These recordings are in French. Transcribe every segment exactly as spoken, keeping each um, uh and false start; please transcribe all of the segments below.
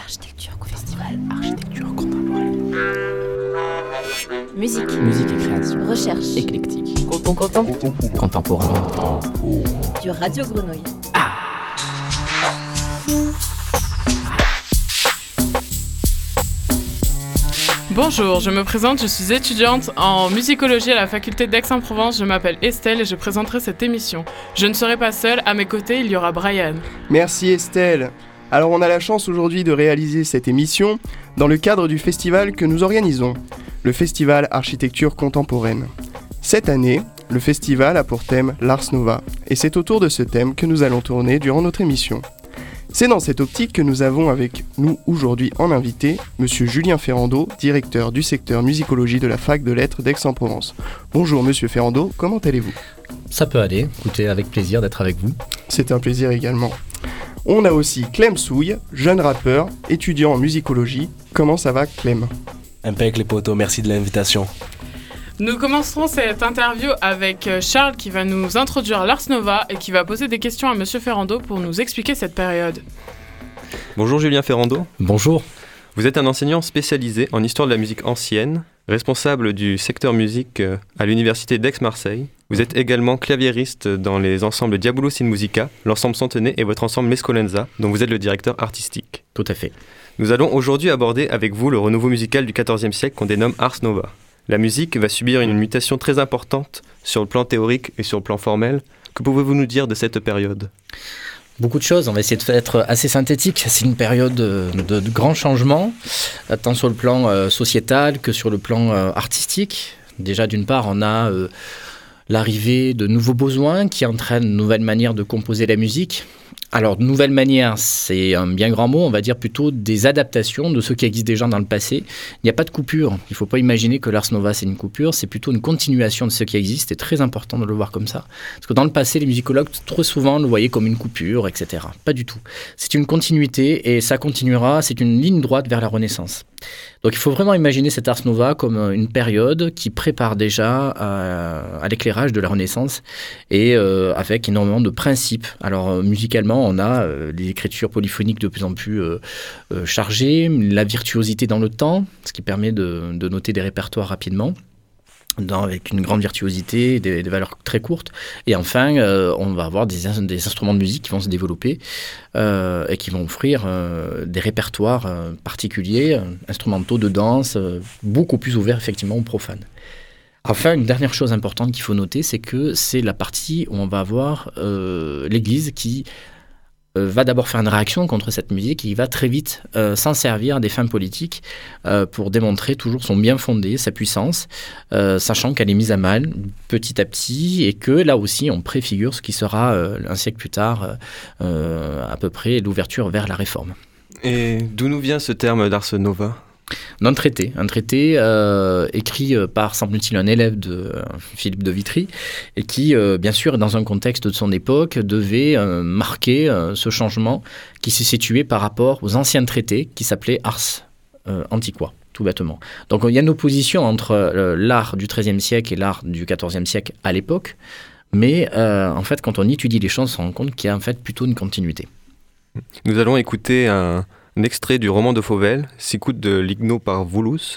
Architecture, festival, architecture contemporaine. Musique. Musique et création. Recherche. Éclectique. Content, content. Contemporain. Du Radio Grenouille. Bonjour, je me présente, je suis étudiante en musicologie à la faculté d'Aix-en-Provence, je m'appelle Estelle et je présenterai cette émission. Je ne serai pas seule, à mes côtés il y aura Brian. Merci Estelle. Alors on a la chance aujourd'hui de réaliser cette émission dans le cadre du festival que nous organisons, le festival Architecture contemporaine. Cette année, le festival a pour thème l'Ars Nova et c'est autour de ce thème que nous allons tourner durant notre émission. C'est dans cette optique que nous avons avec nous aujourd'hui en invité Monsieur Julien Ferrando, directeur du secteur musicologie de la fac de lettres d'Aix-en-Provence. Bonjour Monsieur Ferrando, comment allez-vous ? Ça peut aller, écoutez, avec plaisir d'être avec vous. C'est un plaisir également. On a aussi Clem Souille, jeune rappeur, étudiant en musicologie. Comment ça va Clem ? Impec les potos, merci de l'invitation. Nous commencerons cette interview avec Charles qui va nous introduire l'Ars Nova et qui va poser des questions à Monsieur Ferrando pour nous expliquer cette période. Bonjour Julien Ferrando. Bonjour. Vous êtes un enseignant spécialisé en histoire de la musique ancienne, responsable du secteur musique à l'université d'Aix-Marseille. Vous êtes également claviériste dans les ensembles Diabolos in Musica, l'ensemble Centenaire et votre ensemble Mescolenza, dont vous êtes le directeur artistique. Tout à fait. Nous allons aujourd'hui aborder avec vous le renouveau musical du quatorzième siècle qu'on dénomme Ars Nova. La musique va subir une mutation très importante sur le plan théorique et sur le plan formel. Que pouvez-vous nous dire de cette période ? Beaucoup de choses, on va essayer d'être assez synthétique. C'est une période de, de, de grands changements, tant sur le plan euh, sociétal que sur le plan euh, artistique. Déjà, d'une part, on a euh, l'arrivée de nouveaux besoins qui entraînent une nouvelle manière de composer la musique. Alors, de nouvelles manières, c'est un bien grand mot, on va dire plutôt des adaptations de ce qui existe déjà dans le passé. Il n'y a pas de coupure. Il ne faut pas imaginer que l'Ars Nova, c'est une coupure, c'est plutôt une continuation de ce qui existe. C'est très important de le voir comme ça. Parce que dans le passé, les musicologues, trop souvent, le voyaient comme une coupure, et cetera. Pas du tout. C'est une continuité et ça continuera. C'est une ligne droite vers la Renaissance. Donc, il faut vraiment imaginer cette Ars Nova comme une période qui prépare déjà à, à l'éclairage de la Renaissance et euh, avec énormément de principes. Alors, euh, musicalement, on a euh, des écritures polyphoniques de plus en plus euh, euh, chargées, la virtuosité dans le temps, ce qui permet de, de noter des répertoires rapidement. Dans, avec une grande virtuosité, des, des valeurs très courtes. Et enfin, euh, on va avoir des, des instruments de musique qui vont se développer euh, et qui vont offrir euh, des répertoires euh, particuliers, euh, instrumentaux de danse, euh, beaucoup plus ouverts effectivement aux profanes. Enfin, une dernière chose importante qu'il faut noter, c'est que c'est la partie où on va avoir euh, l'Église qui euh, va d'abord faire une réaction contre cette musique et qui va très vite euh, s'en servir à des fins politiques euh, pour démontrer toujours son bien fondé, sa puissance, euh, sachant qu'elle est mise à mal petit à petit et que là aussi on préfigure ce qui sera euh, un siècle plus tard euh, à peu près l'ouverture vers la Réforme. Et d'où nous vient ce terme d'Ars Nova ? D'un traité, un traité euh, écrit euh, par, semble-t-il, un élève de euh, Philippe de Vitry, et qui, euh, bien sûr, dans un contexte de son époque, devait euh, marquer euh, ce changement qui s'est situé par rapport aux anciens traités qui s'appelaient Ars euh, Antiqua, tout bêtement. Donc il y a une opposition entre euh, l'art du treizième siècle et l'art du quatorzième siècle à l'époque, mais euh, en fait, quand on étudie les choses, on se rend compte qu'il y a en fait plutôt une continuité. Nous allons écouter un... Un extrait du roman de Fauvel, Sicut de Ligno par Voulous.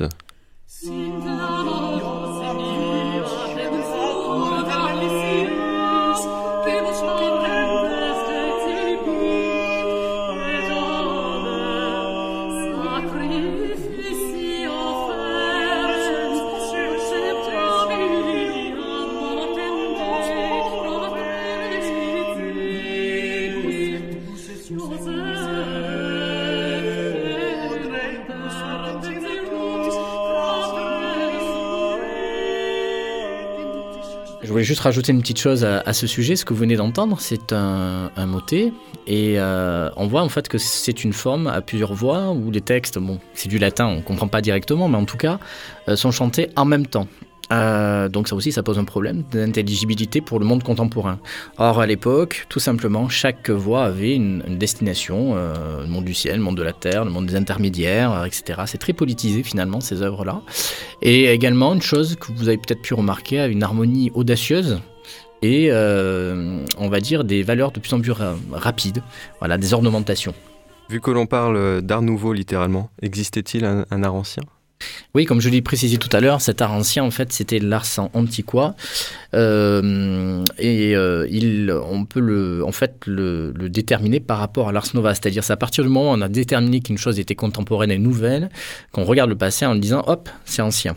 Je voulais juste rajouter une petite chose à, à ce sujet. Ce que vous venez d'entendre, c'est un, un motet. Et euh, on voit en fait que c'est une forme à plusieurs voix où les textes, bon, c'est du latin, on ne comprend pas directement, mais en tout cas, euh, sont chantés en même temps. Euh, donc ça aussi, ça pose un problème d'intelligibilité pour le monde contemporain. Or, à l'époque, tout simplement, chaque voix avait une, une destination, euh, le monde du ciel, le monde de la terre, le monde des intermédiaires, euh, et cetera. C'est très politisé, finalement, ces œuvres-là. Et également, une chose que vous avez peut-être pu remarquer, une harmonie audacieuse et, euh, on va dire, des valeurs de plus en plus ra- rapides, voilà, des ornementations. Vu que l'on parle d'art nouveau littéralement, existait-il un, un art ancien ? Oui, comme je l'ai précisé tout à l'heure, cet art ancien, en fait, c'était l'ars antiqua. Euh, et euh, il, on peut le, en fait, le, le déterminer par rapport à l'ars nova. C'est-à-dire, c'est à partir du moment où on a déterminé qu'une chose était contemporaine et nouvelle, qu'on regarde le passé en disant, hop, c'est ancien.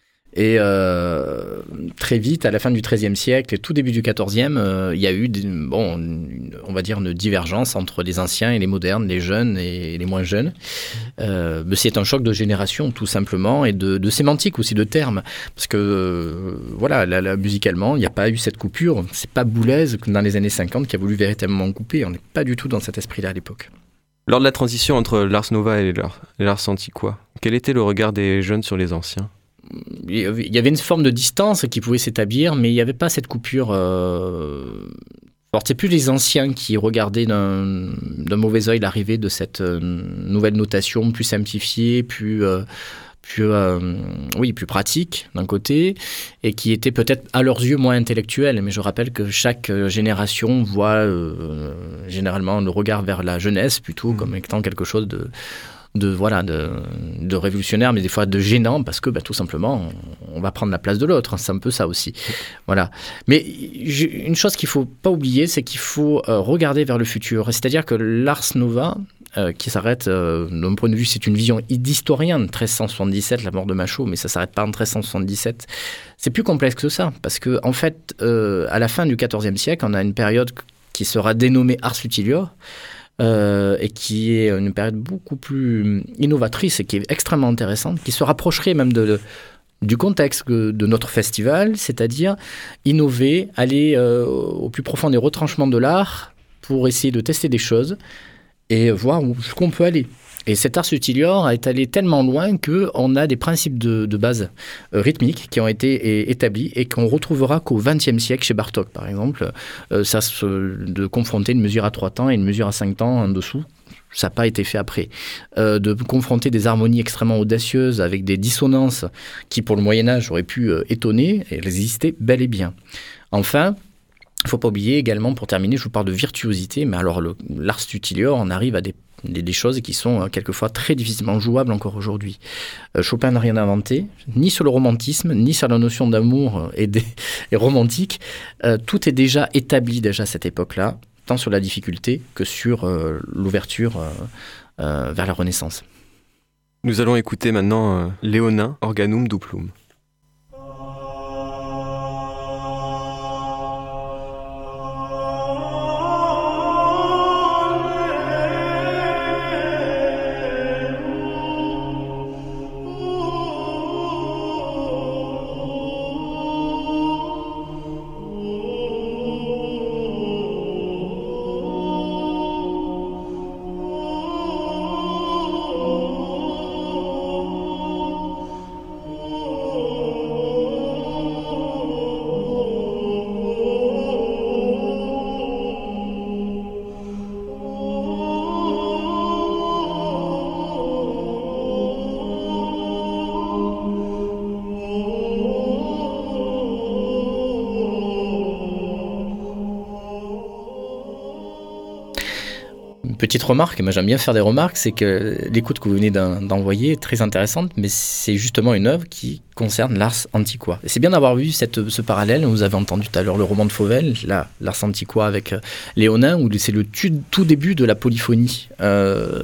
Et euh, très vite, à la fin du treizième siècle et tout début du quatorzième, euh, il y a eu, des, bon, une, on va dire, une divergence entre les anciens et les modernes, les jeunes et les moins jeunes. Euh, c'est un choc de génération, tout simplement, et de, de sémantique aussi, de termes. Parce que, euh, voilà, là, là, musicalement, il n'y a pas eu cette coupure. C'est pas Boulez, dans les années cinquante, qui a voulu véritablement couper. On n'est pas du tout dans cet esprit-là à l'époque. Lors de la transition entre l'ars nova et l'ars, l'ars antiqua, quel était le regard des jeunes sur les anciens ? Il y avait une forme de distance qui pouvait s'établir, mais il n'y avait pas cette coupure. Euh... Alors, c'est plus les anciens qui regardaient d'un, d'un mauvais œil l'arrivée de cette euh, nouvelle notation plus simplifiée, plus, euh, plus, euh, oui, plus pratique d'un côté, et qui était peut-être à leurs yeux moins intellectuelle. Mais je rappelle que chaque génération voit euh, généralement le regard vers la jeunesse plutôt mmh. comme étant quelque chose de... de voilà de, de révolutionnaire, mais des fois de gênant, parce que bah, tout simplement on, on va prendre la place de l'autre, c'est un peu ça aussi, voilà. Mais une chose qu'il faut pas oublier, c'est qu'il faut euh, regarder vers le futur, c'est-à-dire que l'ars nova euh, qui s'arrête euh, d'un point de vue, c'est une vision d'historien de treize cent soixante-dix-sept, la mort de Machaut, mais ça s'arrête pas en treize cent soixante-dix-sept. C'est plus complexe que ça, parce que en fait euh, à la fin du quatorzième siècle, on a une période qui sera dénommée ars utilior, Euh, et qui est une période beaucoup plus innovatrice et qui est extrêmement intéressante, qui se rapprocherait même de, de, du contexte de notre festival, c'est-à-dire innover, aller euh, au plus profond des retranchements de l'art pour essayer de tester des choses et voir où est-ce qu'on peut aller. Et cet ars utilior est allé tellement loin qu'on a des principes de, de base euh, rythmiques qui ont été é- établis et qu'on retrouvera qu'au vingtième siècle chez Bartók, par exemple. Euh, ça, se, de confronter une mesure à trois temps et une mesure à cinq temps en dessous, ça n'a pas été fait après. Euh, de confronter des harmonies extrêmement audacieuses avec des dissonances qui, pour le Moyen-Âge, auraient pu euh, étonner, et elles existaient bel et bien. Enfin, il ne faut pas oublier également, pour terminer, je vous parle de virtuosité, mais alors le, l'ars utilior, on arrive à des Des, des choses qui sont euh, quelquefois très difficilement jouables encore aujourd'hui. Euh, Chopin n'a rien inventé, ni sur le romantisme, ni sur la notion d'amour et, des, et romantique. Euh, tout est déjà établi déjà à cette époque-là, tant sur la difficulté que sur euh, l'ouverture euh, euh, vers la Renaissance. Nous allons écouter maintenant euh, Léonin, Organum Duplum. Petite remarque, moi j'aime bien faire des remarques, c'est que l'écoute que vous venez d'envoyer est très intéressante, mais c'est justement une œuvre qui concerne l'ars antiqua. Et c'est bien d'avoir vu cette, ce parallèle. Vous avez entendu tout à l'heure le roman de Fauvel, là, l'ars antiqua avec Léonin, où c'est le tu, tout début de la polyphonie. Euh,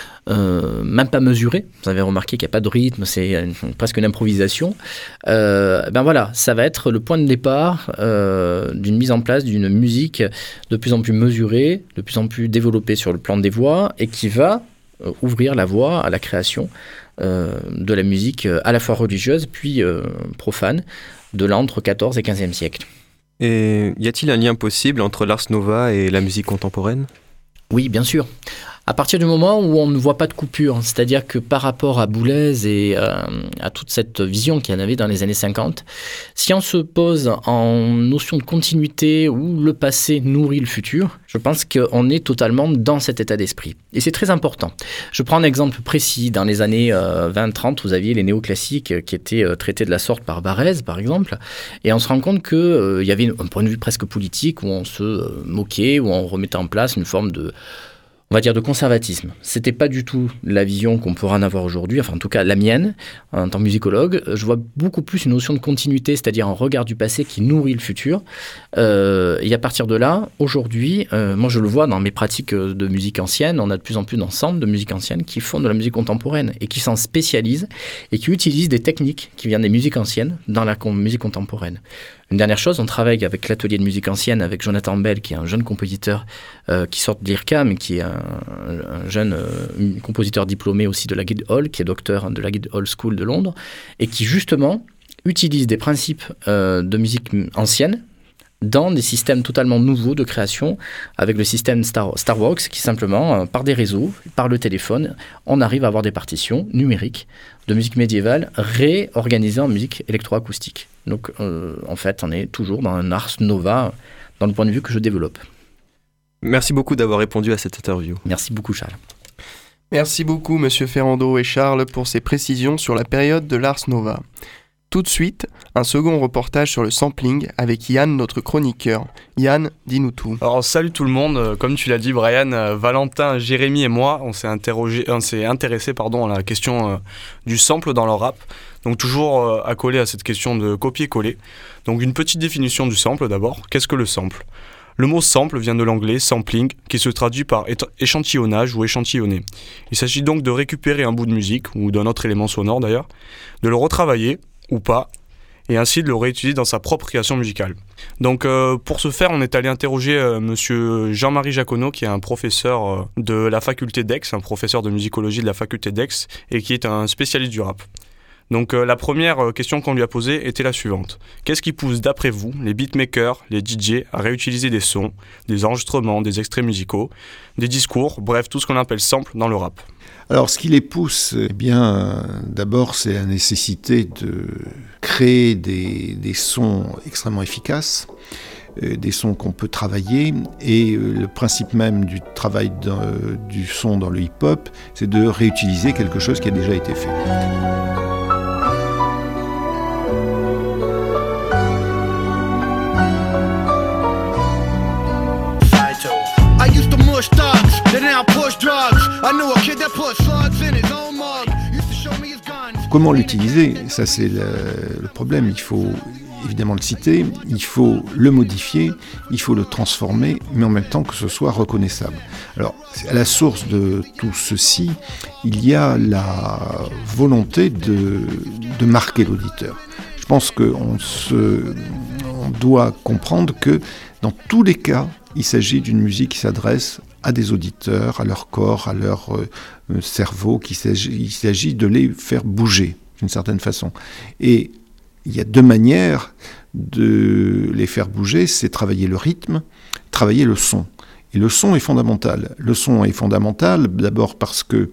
Euh, même pas mesuré, vous avez remarqué qu'il n'y a pas de rythme, c'est une, presque une improvisation. Euh, ben voilà, ça va être le point de départ euh, d'une mise en place d'une musique de plus en plus mesurée, de plus en plus développée sur le plan des voix, et qui va euh, ouvrir la voie à la création euh, de la musique euh, à la fois religieuse puis euh, profane de l'entre quatorzième et quinzième siècle. Et y a-t-il un lien possible entre l'ars nova et la musique contemporaine ? Oui, bien sûr. À partir du moment où on ne voit pas de coupure, c'est-à-dire que par rapport à Boulez et euh, à toute cette vision qu'il y en avait dans les années cinquante, si on se pose en notion de continuité où le passé nourrit le futur, je pense qu'on est totalement dans cet état d'esprit. Et c'est très important. Je prends un exemple précis. Dans les années euh, vingt trente, vous aviez les néoclassiques qui étaient euh, traités de la sorte par Barrès, par exemple, et on se rend compte qu'il euh, y avait un point de vue presque politique où on se euh, moquait, où on remettait en place une forme de... on va dire, de conservatisme. C'était pas du tout la vision qu'on pourrait en avoir aujourd'hui, enfin en tout cas la mienne, en tant que musicologue. Je vois beaucoup plus une notion de continuité, c'est-à-dire un regard du passé qui nourrit le futur. Euh, et à partir de là, aujourd'hui, euh, moi je le vois dans mes pratiques de musique ancienne, on a de plus en plus d'ensembles de musique ancienne qui font de la musique contemporaine et qui s'en spécialisent et qui utilisent des techniques qui viennent des musiques anciennes dans la com- musique contemporaine. Une dernière chose, on travaille avec l'atelier de musique ancienne, avec Jonathan Bell, qui est un jeune compositeur euh, qui sort de l'I R C A, mais qui est un, un jeune euh, compositeur diplômé aussi de la Guildhall, qui est docteur de la Guildhall School de Londres, et qui justement utilise des principes euh, de musique ancienne dans des systèmes totalement nouveaux de création, avec le système Star, Starworks, qui simplement, euh, par des réseaux, par le téléphone, on arrive à avoir des partitions numériques de musique médiévale réorganisées en musique électroacoustique. Donc, euh, en fait, on est toujours dans un ars nova, dans le point de vue que je développe. Merci beaucoup d'avoir répondu à cette interview. Merci beaucoup, Charles. Merci beaucoup, Monsieur Ferrando et Charles, pour ces précisions sur la période de l'Ars Nova. Tout de suite, un second reportage sur le sampling avec Yann, notre chroniqueur. Yann, dis-nous tout. Alors salut tout le monde, comme tu l'as dit Brian, euh, Valentin, Jérémy et moi, on s'est, interrogé, on s'est intéressé pardon, à la question euh, du sample dans le rap. Donc toujours euh, accolé à cette question de copier-coller. Donc une petite définition du sample d'abord. Qu'est-ce que le sample ? Le mot sample vient de l'anglais sampling, qui se traduit par échantillonnage ou échantillonner. Il s'agit donc de récupérer un bout de musique, ou d'un autre élément sonore d'ailleurs, de le retravailler, ou pas, et ainsi de le réutiliser dans sa propre création musicale. Donc euh, pour ce faire, on est allé interroger euh, monsieur Jean-Marie Jaconneau, qui est un professeur euh, de la faculté d'Aix, un professeur de musicologie de la faculté d'Aix, et qui est un spécialiste du rap. Donc euh, la première euh, question qu'on lui a posée était la suivante. Qu'est-ce qui pousse, d'après vous, les beatmakers, les D J, à réutiliser des sons, des enregistrements, des extraits musicaux, des discours, bref, tout ce qu'on appelle sample dans le rap ? Alors, ce qui les pousse, eh bien, euh, d'abord, c'est la nécessité de créer des, des sons extrêmement efficaces, euh, des sons qu'on peut travailler, et euh, le principe même du travail dans, euh, du son dans le hip-hop, c'est de réutiliser quelque chose qui a déjà été fait. Comment l'utiliser ? Ça, c'est le, le problème. Il faut évidemment le citer, il faut le modifier, il faut le transformer, mais en même temps que ce soit reconnaissable. Alors, à la source de tout ceci, il y a la volonté de, de marquer l'auditeur. Je pense qu'on se, on doit comprendre que dans tous les cas, il s'agit d'une musique qui s'adresse à des auditeurs, à leur corps, à leur euh, cerveau, qu'il s'agit, il s'agit de les faire bouger d'une certaine façon. Et il y a deux manières de les faire bouger, c'est travailler le rythme, travailler le son. Et le son est fondamental. Le son est fondamental d'abord parce que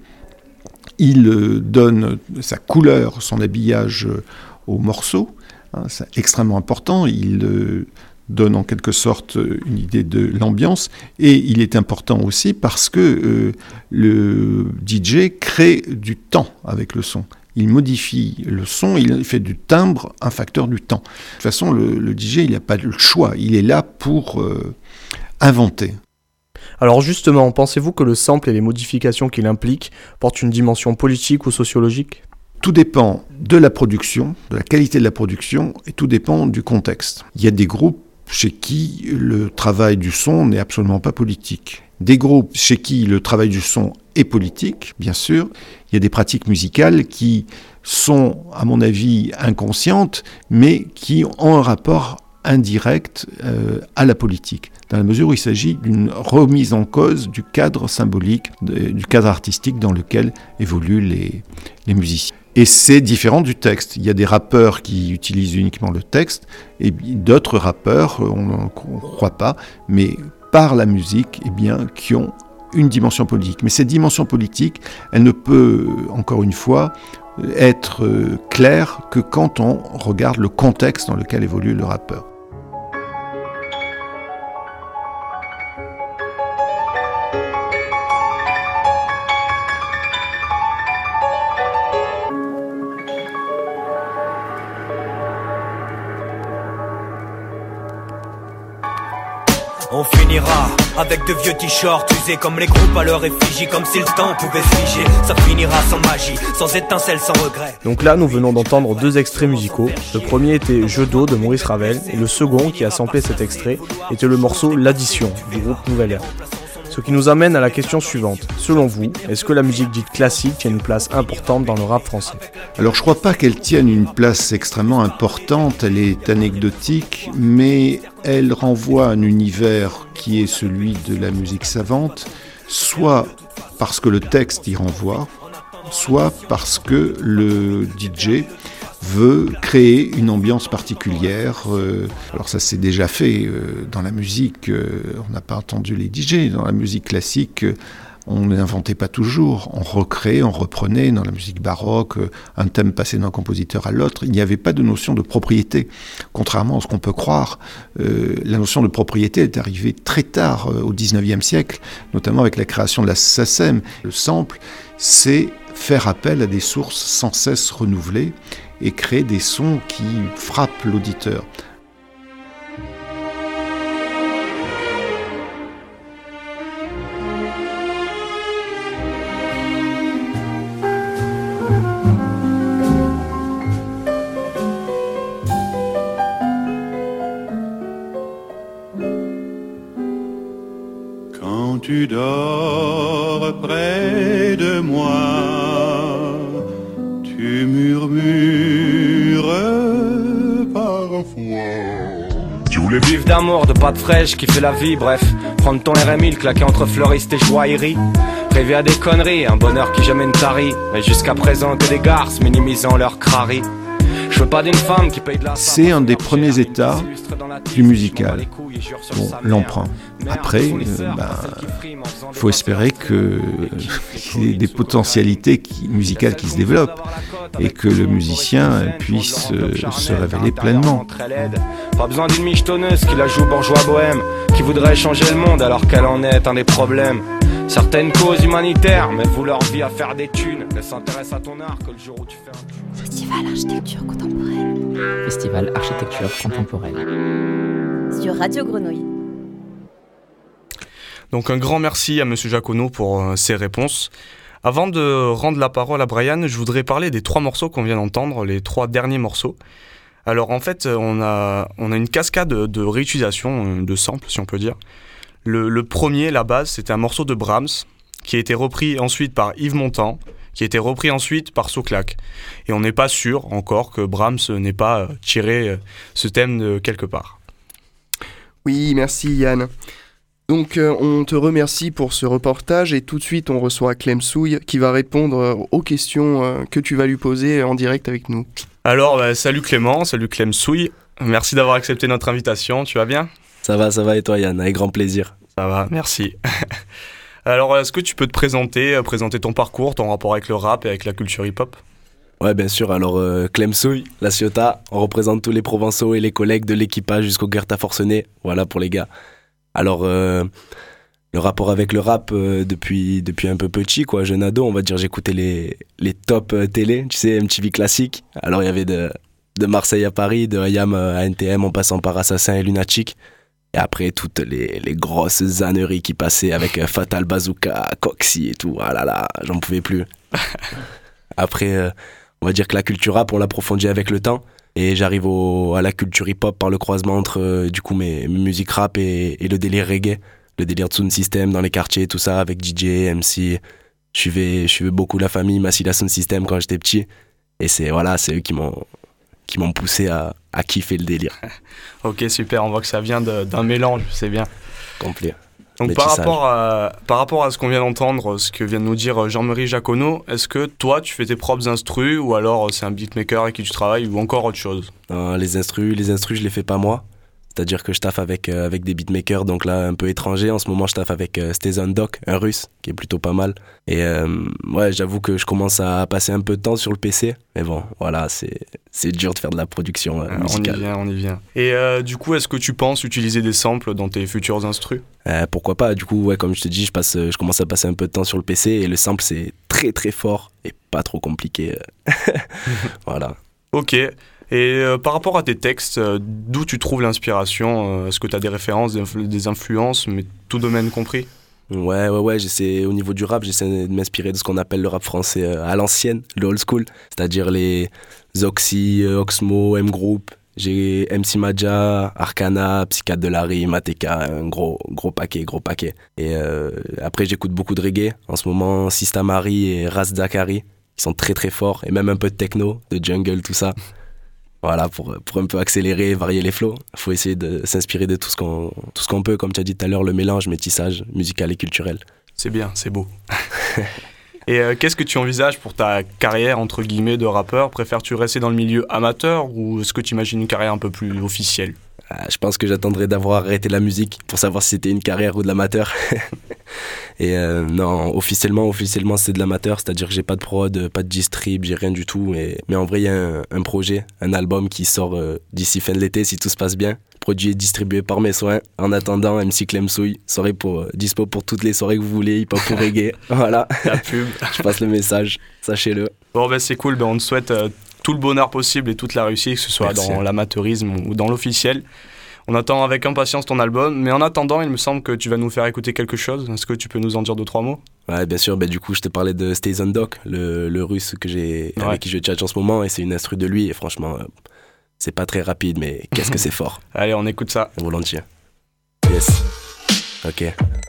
il donne sa couleur, son habillage au morceau. Hein, c'est extrêmement important. Il euh, donne en quelque sorte une idée de l'ambiance, et il est important aussi parce que euh, le D J crée du temps avec le son. Il modifie le son, il fait du timbre un facteur du temps. De toute façon, le, le D J, il n'a pas le choix, il est là pour euh, inventer. Alors justement, pensez-vous que le sample et les modifications qu'il implique portent une dimension politique ou sociologique ? Tout dépend de la production, de la qualité de la production, et tout dépend du contexte. Il y a des groupes chez qui le travail du son n'est absolument pas politique. Des groupes chez qui le travail du son est politique, bien sûr. Il y a des pratiques musicales qui sont, à mon avis, inconscientes, mais qui ont un rapport indirect euh, à la politique, dans la mesure où il s'agit d'une remise en cause du cadre symbolique, de, du cadre artistique dans lequel évoluent les, les musiciens. Et c'est différent du texte. Il y a des rappeurs qui utilisent uniquement le texte, et d'autres rappeurs, on ne croit pas, mais par la musique, eh bien, qui ont une dimension politique. Mais cette dimension politique, elle ne peut, encore une fois, être claire que quand on regarde le contexte dans lequel évolue le rappeur. On finira avec de vieux t-shirts usés comme les groupes à leur effigie, comme si le temps pouvait se figer. Ça finira sans magie, sans étincelle, sans regret. Donc là, nous venons d'entendre deux extraits musicaux. Le premier était Jeu d'eau de Maurice Ravel et le second, qui a samplé cet extrait, était le morceau L'Addition du groupe Nouvelle Ère. Ce qui nous amène à la question suivante. Selon vous, est-ce que la musique dite classique tient une place importante dans le rap français ? Alors je crois pas qu'elle tienne une place extrêmement importante, elle est anecdotique, mais elle renvoie à un univers qui est celui de la musique savante, soit parce que le texte y renvoie, soit parce que le D J veut créer une ambiance particulière. Euh, alors ça s'est déjà fait euh, dans la musique, euh, on n'a pas entendu les D J, dans la musique classique, euh, on n'inventait pas toujours, on recréait, on reprenait dans la musique baroque, euh, un thème passé d'un compositeur à l'autre, il n'y avait pas de notion de propriété. Contrairement à ce qu'on peut croire, euh, la notion de propriété est arrivée très tard euh, au dix-neuvième siècle, notamment avec la création de la S A C E M. Le sample, c'est faire appel à des sources sans cesse renouvelées et créer des sons qui frappent l'auditeur. Quand tu dors près de moi, tu murmures parfois. Tu voulais vivre d'amour, de pâte fraîche, kiffer la vie, bref. Prendre ton R M I, le claquer entre fleuristes et joaillerie. Rêver à des conneries, un bonheur qui jamais ne tarit. Mais jusqu'à présent que des garces minimisant leur crari. Je veux pas d'une femme qui paye de la... C'est un des premiers états du musical. Bon, l'emprunt. Après, euh, ben, faut espérer que qu'il y ait des potentialités qui, musicales qui se développent et que le musicien puisse euh, se révéler pleinement. Pas besoin d'une michetonneuse qui la joue bourgeois bohème, qui voudrait changer le monde alors qu'elle en est un des problèmes. Certaines causes humanitaires, mais vous leur vie à faire des thunes. Ne s'intéresse à ton art que le jour où tu fais un... Festival Architecture Contemporaine. Festival Architecture Contemporaine. Sur Radio Grenouille. Donc un grand merci à Monsieur Jacono pour euh, ses réponses. Avant de rendre la parole à Brian, je voudrais parler des trois morceaux qu'on vient d'entendre, les trois derniers morceaux. Alors en fait, on a, on a une cascade de, de réutilisation, de samples si on peut dire. Le, le premier, la base, c'était un morceau de Brahms, qui a été repris ensuite par Yves Montand, qui a été repris ensuite par Soclac. Et on n'est pas sûr encore que Brahms n'ait pas tiré ce thème de quelque part. Oui, merci Yann. Donc euh, on te remercie pour ce reportage et tout de suite on reçoit Clem Souille qui va répondre euh, aux questions euh, que tu vas lui poser en direct avec nous. Alors bah, salut Clément, salut Clem Souille, merci d'avoir accepté notre invitation, tu vas bien ? Ça va, ça va et toi Yann, avec grand plaisir. Ça va, merci. Alors est-ce que tu peux te présenter, euh, présenter ton parcours, ton rapport avec le rap et avec la culture hip-hop ? Ouais, bien sûr. Alors, euh, Clem Souille, la Ciotat, on représente tous les Provençaux et les collègues de l'équipage jusqu'au Goethe forcené. Voilà pour les gars. Alors, euh, le rapport avec le rap euh, depuis, depuis un peu petit, quoi, jeune ado, on va dire, j'écoutais les, les top euh, télé, tu sais, M T V classique. Alors, il y avait de, de Marseille à Paris, de I A M à N T M en passant par Assassin et Lunatic. Et après, toutes les, les grosses âneries qui passaient avec euh, Fatal Bazooka, Coxy et tout. Ah là là, j'en pouvais plus. Après... Euh, On va dire que la culture rap, on l'approfondit avec le temps. Et j'arrive au, à la culture hip-hop par le croisement entre euh, du coup mes, mes musiques rap et, et le délire reggae. Le délire de sound system dans les quartiers, tout ça, avec D J, M C. Je suivais, je suivais beaucoup la famille Massila Sound System quand j'étais petit. Et c'est, voilà, c'est eux qui m'ont, qui m'ont poussé à, à kiffer le délire. Ok, super, on voit que ça vient de, d'un mélange, c'est bien. Complet. Donc par rapport, à, par rapport à ce qu'on vient d'entendre, ce que vient de nous dire Jean-Marie Jacono, est-ce que toi tu fais tes propres instrus ou alors c'est un beatmaker avec qui tu travailles ou encore autre chose ? euh, Les instrus, les instrus je les fais pas moi. C'est-à-dire que je taffe avec, euh, avec des beatmakers, donc là un peu étrangers. En ce moment je taffe avec euh, Stezon Doc, un russe, qui est plutôt pas mal. Et euh, ouais, j'avoue que je commence à passer un peu de temps sur le P C. Mais bon, voilà, c'est, c'est dur de faire de la production euh, euh, musicale. On y vient, on y vient. Et euh, du coup, est-ce que tu penses utiliser des samples dans tes futurs instrus ? euh, Pourquoi pas, du coup, ouais, comme je te dis, je, passe, je commence à passer un peu de temps sur le P C et le sample c'est très très fort et pas trop compliqué. Voilà. Ok. Et euh, par rapport à tes textes, euh, d'où tu trouves l'inspiration? euh, Est-ce que tu as des références, des, influ- des influences, mais tout domaine compris? Ouais, ouais, ouais, j'essaie, au niveau du rap, j'essaie de m'inspirer de ce qu'on appelle le rap français euh, à l'ancienne, le old school, c'est-à-dire les Zoxy, euh, Oxmo, M-Group, j'ai M C Maja, Arcana, Psychiatre de la Rime, A T K, un gros, gros paquet, gros paquet. Et euh, après, j'écoute beaucoup de reggae, en ce moment, Sista Mari et Ras Zakari, qui sont très très forts, et même un peu de techno, de jungle, tout ça. Voilà, pour, pour un peu accélérer, varier les flows. Il faut essayer de s'inspirer de tout ce qu'on, tout ce qu'on peut, comme tu as dit tout à l'heure, le mélange, métissage musical et culturel. C'est bien, c'est beau. Et euh, qu'est-ce que tu envisages pour ta carrière, entre guillemets, de rappeur? Préfères-tu rester dans le milieu amateur ou est-ce que tu imagines une carrière un peu plus officielle? Ah, je pense que j'attendrai d'avoir arrêté la musique pour savoir si c'était une carrière ou de l'amateur. Et euh, non, officiellement, officiellement c'est de l'amateur, c'est-à-dire que j'ai pas de prod, pas de distrib, j'ai rien du tout. Et... Mais en vrai, il y a un, un projet, un album qui sort euh, d'ici fin de l'été si tout se passe bien. Produit et distribué par mes soins. En attendant, M C Clemsouille, soirée pour, euh, dispo pour toutes les soirées que vous voulez, hip-hop ou reggae. Voilà. La pub. Je passe le message, sachez-le. Bon, ben c'est cool, ben, on te souhaite euh, tout le bonheur possible et toute la réussite, que ce soit Merci. dans l'amateurisme ou dans l'officiel. On attend avec impatience ton album, mais en attendant, il me semble que tu vas nous faire écouter quelque chose. Est-ce que tu peux nous en dire deux, trois mots? Ouais, bien sûr. Bah, du coup, je te parlais de Stay on Doc, le, le russe que j'ai, ouais. avec qui je tchatche en ce moment, et c'est une instru de lui, et franchement, euh, c'est pas très rapide, mais qu'est-ce que c'est fort. Allez, on écoute ça. Volontiers. Yes. Ok.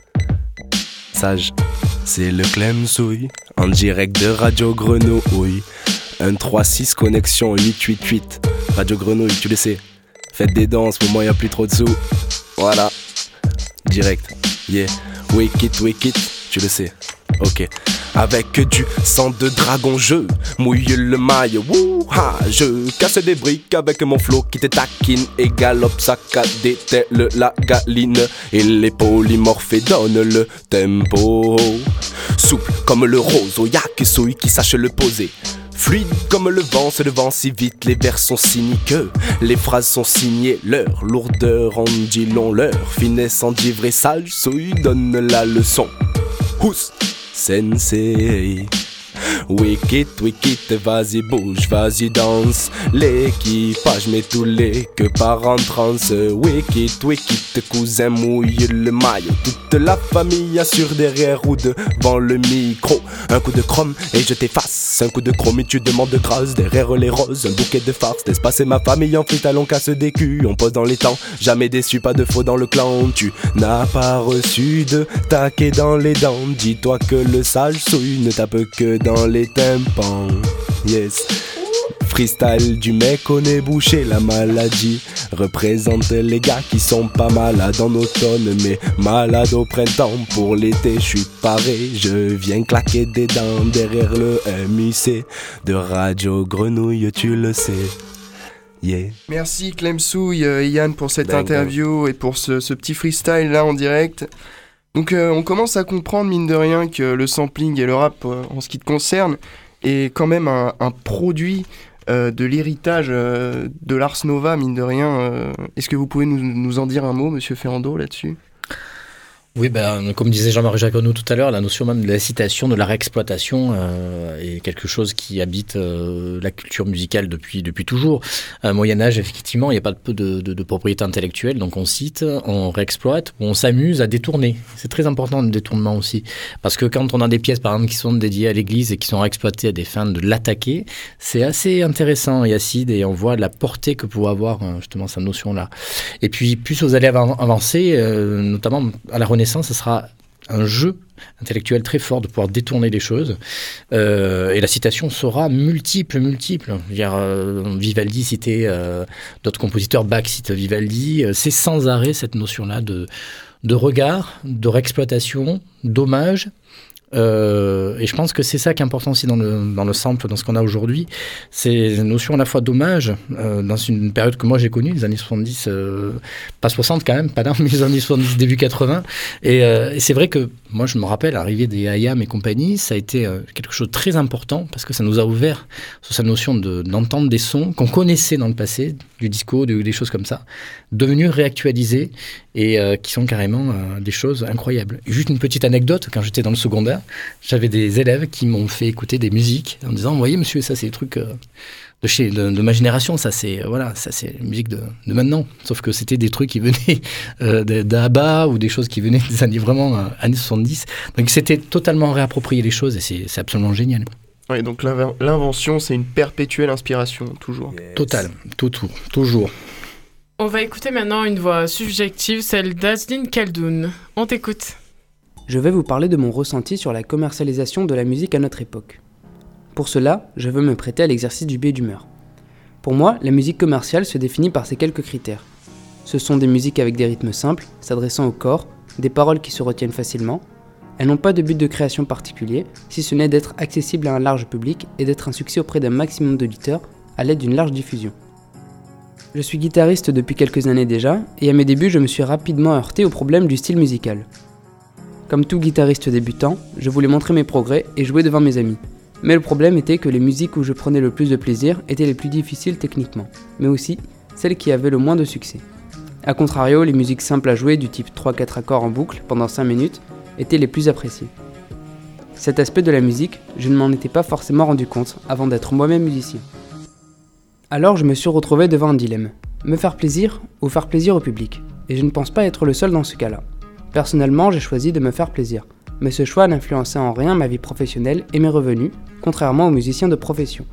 Sage, c'est le Clemsouille, en direct de Radio Grenouille. un trois six connexion huit huit huit. Radio Grenouille, tu le sais. Faites des dents, en ce moment, y a plus trop de sous. Voilà. Direct. Yeah. Wake it, wake it. Tu le sais. Ok. Avec du sang de dragon, je mouille le maille. Wouha. Je casse des briques avec mon flow qui te taquine et galope saccadé telle la galine. Et les polymorphes donnent le tempo. Souple comme le roseau, y'a que souille qui sache le poser. Fluide comme le vent, c'est le vent si vite, les vers sont cyniques, les phrases sont signées, leur lourdeur en dit long, leur finesse en dit vrai sage, souille donne la leçon. Hous, sensei. Wicked, wicked, vas-y bouge, vas-y danse. L'équipage met tous les que part en transe. Wicked, wicked, cousin mouille le maillot. Toute la famille assure derrière ou devant le micro. Un coup de chrome et je t'efface. Un coup de chrome et tu demandes de grâce. Derrière les roses, un bouquet de farce. Laisse passer ma famille en frital, on casse des culs. On pose dans les temps, jamais déçu, pas de faux dans le clan. Tu n'as pas reçu de taquet dans les dents. Dis-toi que le sage souille ne tape que dans les tympans. Yes. Freestyle du mec, on est bouché, la maladie représente les gars qui sont pas malades en automne mais malades au printemps. Pour l'été je suis paré, je viens claquer des dents derrière le M I C de Radio Grenouille, tu le sais. Yeah. Merci Clemsouille et Yann pour cette Bang, interview et pour ce, ce petit freestyle là en direct. Donc euh, on commence à comprendre mine de rien que le sampling et le rap euh, en ce qui te concerne est quand même un, un produit euh, de l'héritage euh, de l'Ars Nova mine de rien. Euh, est-ce que vous pouvez nous, nous en dire un mot, monsieur Ferrando, là-dessus ? Oui, ben, comme disait Jean-Marie Jacquenot tout à l'heure, la notion même de la citation, de la réexploitation euh, est quelque chose qui habite euh, la culture musicale depuis, depuis toujours. Euh, Moyen-Âge, effectivement, il n'y a pas de, de, de, de propriété intellectuelle, donc on cite, on réexploite, on s'amuse à détourner. C'est très important le détournement aussi, parce que quand on a des pièces, par exemple, qui sont dédiées à l'église et qui sont réexploitées à des fins de l'attaquer, c'est assez intéressant et acide, et on voit la portée que peut avoir justement cette notion-là. Et puis, plus vous allez avancer, euh, notamment à la Renaissance, ce sera un jeu intellectuel très fort de pouvoir détourner les choses euh, et la citation sera multiple, multiple. Je veux dire, euh, Vivaldi citait euh, d'autres compositeurs, Bach cite Vivaldi, c'est sans arrêt cette notion-là de, de regard, de réexploitation, d'hommage. Euh, et je pense que c'est ça qui est important aussi dans le, dans le sample, dans ce qu'on a aujourd'hui. C'est une notion à la fois d'hommage, euh, dans une période que moi j'ai connue, les années soixante-dix, euh, pas soixante quand même, pas là, mais les années soixante-dix, début quatre-vingts. Et, euh, et c'est vrai que moi je me rappelle, l'arrivée des I A M et compagnie, ça a été euh, quelque chose de très important parce que ça nous a ouvert sur cette notion de, d'entendre des sons qu'on connaissait dans le passé, du disco, de, des choses comme ça, devenus réactualisés et euh, qui sont carrément euh, des choses incroyables. Juste une petite anecdote, quand j'étais dans le secondaire, j'avais des élèves qui m'ont fait écouter des musiques en disant, vous voyez monsieur, ça c'est des trucs euh, de, chez, de, de ma génération, ça c'est euh, voilà, ça c'est la musique de, de maintenant. Sauf que c'était des trucs qui venaient euh, d'Abba ou des choses qui venaient des années vraiment euh, années soixante-dix. Donc c'était totalement réapproprier les choses et c'est, c'est absolument génial. Oui, donc l'inven- l'invention, c'est une perpétuelle inspiration, toujours. Yes. Total, tout, tout, toujours. On va écouter maintenant une voix subjective, celle d'Azlin Khaldoun. On t'écoute. Je vais vous parler de mon ressenti sur la commercialisation de la musique à notre époque. Pour cela, je veux me prêter à l'exercice du biais d'humeur. Pour moi, la musique commerciale se définit par ces quelques critères. Ce sont des musiques avec des rythmes simples, s'adressant au corps, des paroles qui se retiennent facilement. Elles n'ont pas de but de création particulier, si ce n'est d'être accessibles à un large public et d'être un succès auprès d'un maximum d'auditeurs à l'aide d'une large diffusion. Je suis guitariste depuis quelques années déjà, et à mes débuts je me suis rapidement heurté au problème du style musical. Comme tout guitariste débutant, je voulais montrer mes progrès et jouer devant mes amis. Mais le problème était que les musiques où je prenais le plus de plaisir étaient les plus difficiles techniquement, mais aussi celles qui avaient le moins de succès. A contrario, les musiques simples à jouer du type trois quatre accords en boucle pendant cinq minutes étaient les plus appréciées. Cet aspect de la musique, je ne m'en étais pas forcément rendu compte avant d'être moi-même musicien. Alors je me suis retrouvé devant un dilemme. Me faire plaisir ou faire plaisir au public. Et je ne pense pas être le seul dans ce cas-là. Personnellement, j'ai choisi de me faire plaisir. Mais ce choix n'influençait en rien ma vie professionnelle et mes revenus, contrairement aux musiciens de profession.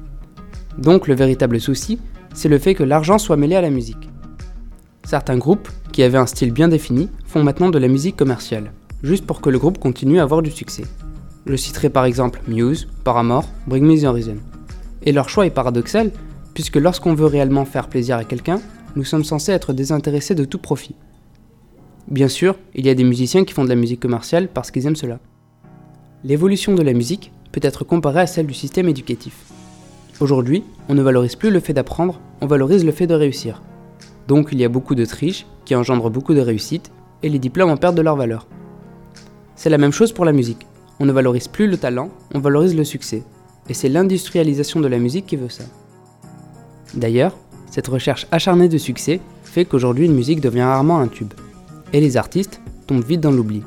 Donc le véritable souci, c'est le fait que l'argent soit mêlé à la musique. Certains groupes, qui avaient un style bien défini, font maintenant de la musique commerciale, juste pour que le groupe continue à avoir du succès. Je citerai par exemple Muse, Paramore, Bring Me the Horizon. Et leur choix est paradoxal, puisque lorsqu'on veut réellement faire plaisir à quelqu'un, nous sommes censés être désintéressés de tout profit. Bien sûr, il y a des musiciens qui font de la musique commerciale parce qu'ils aiment cela. L'évolution de la musique peut être comparée à celle du système éducatif. Aujourd'hui, on ne valorise plus le fait d'apprendre, on valorise le fait de réussir. Donc il y a beaucoup de triche qui engendre beaucoup de réussite, et les diplômes en perdent de leur valeur. C'est la même chose pour la musique. On ne valorise plus le talent, on valorise le succès. Et c'est l'industrialisation de la musique qui veut ça. D'ailleurs, cette recherche acharnée de succès fait qu'aujourd'hui une musique devient rarement un tube. Et les artistes tombent vite dans l'oubli.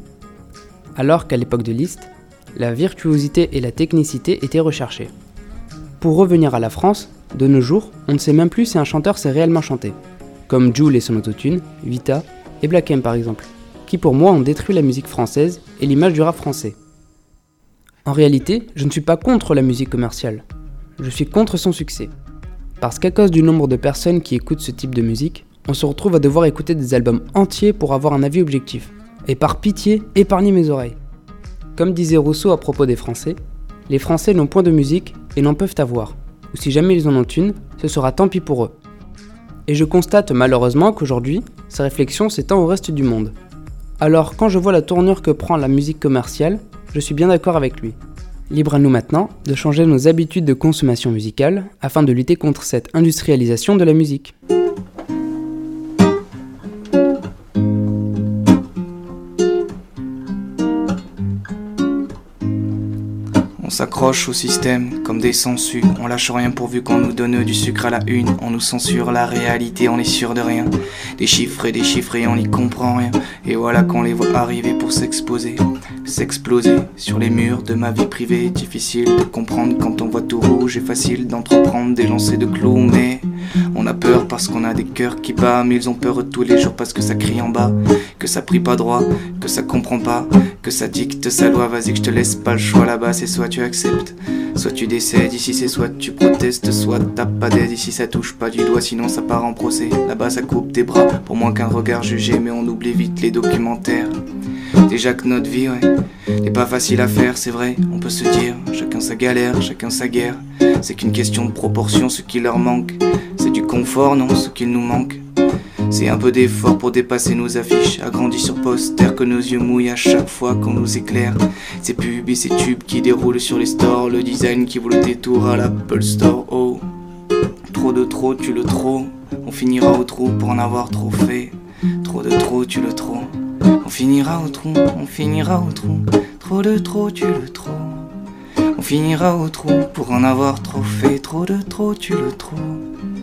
Alors qu'à l'époque de Liszt, la virtuosité et la technicité étaient recherchées. Pour revenir à la France, de nos jours, on ne sait même plus si un chanteur sait réellement chanter. Comme Jul et son autotune, Vita et Black M par exemple, qui pour moi ont détruit la musique française et l'image du rap français. En réalité, je ne suis pas contre la musique commerciale. Je suis contre son succès. Parce qu'à cause du nombre de personnes qui écoutent ce type de musique, on se retrouve à devoir écouter des albums entiers pour avoir un avis objectif. Et par pitié, épargnez mes oreilles. Comme disait Rousseau à propos des Français, les Français n'ont point de musique et n'en peuvent avoir. Ou si jamais ils en ont une, ce sera tant pis pour eux. Et je constate malheureusement qu'aujourd'hui, ces réflexions s'étendent au reste du monde. Alors quand je vois la tournure que prend la musique commerciale, je suis bien d'accord avec lui. Libre à nous maintenant de changer nos habitudes de consommation musicale afin de lutter contre cette industrialisation de la musique. On s'accroche au système comme des sangsues. On lâche rien pourvu qu'on nous donne du sucre à la une. On nous censure la réalité, on est sûr de rien. Des chiffres et des chiffres et on n'y comprend rien. Et voilà qu'on les voit arriver pour s'exposer, s'exploser sur les murs de ma vie privée. Difficile de comprendre quand on voit tout rouge et facile d'entreprendre des lancers de clous. Mais on a peur parce qu'on a des cœurs qui battent. Mais ils ont peur tous les jours parce que ça crie en bas, que ça prie pas droit, que ça comprend pas, que ça dicte sa loi. Vas-y que je te laisse pas le choix là-bas, c'est soit tu acceptes, soit tu décèdes. Ici c'est soit tu protestes, soit t'as pas d'aide. Ici ça touche pas du doigt, sinon ça part en procès. Là-bas ça coupe des bras, pour moins qu'un regard jugé. Mais on oublie vite les documentaires. Déjà que notre vie, ouais, n'est pas facile à faire, c'est vrai, on peut se dire. Chacun sa galère, chacun sa guerre. C'est qu'une question de proportion, ce qui leur manque. C'est du confort, non, ce qu'il nous manque. C'est un peu d'effort pour dépasser nos affiches, agrandis sur poster que nos yeux mouillent à chaque fois qu'on nous éclaire. Ces pubs et ces tubes qui déroulent sur les stores, le design qui vaut le détour à l'Apple Store. Oh, trop de trop, tu le trop, on finira au trou pour en avoir trop fait. Trop de trop, tu le trop, on finira au trou, on finira au trou. Trop de trop, tu le trop, on finira au trou pour en avoir trop fait. Trop de trop, tu le trop, on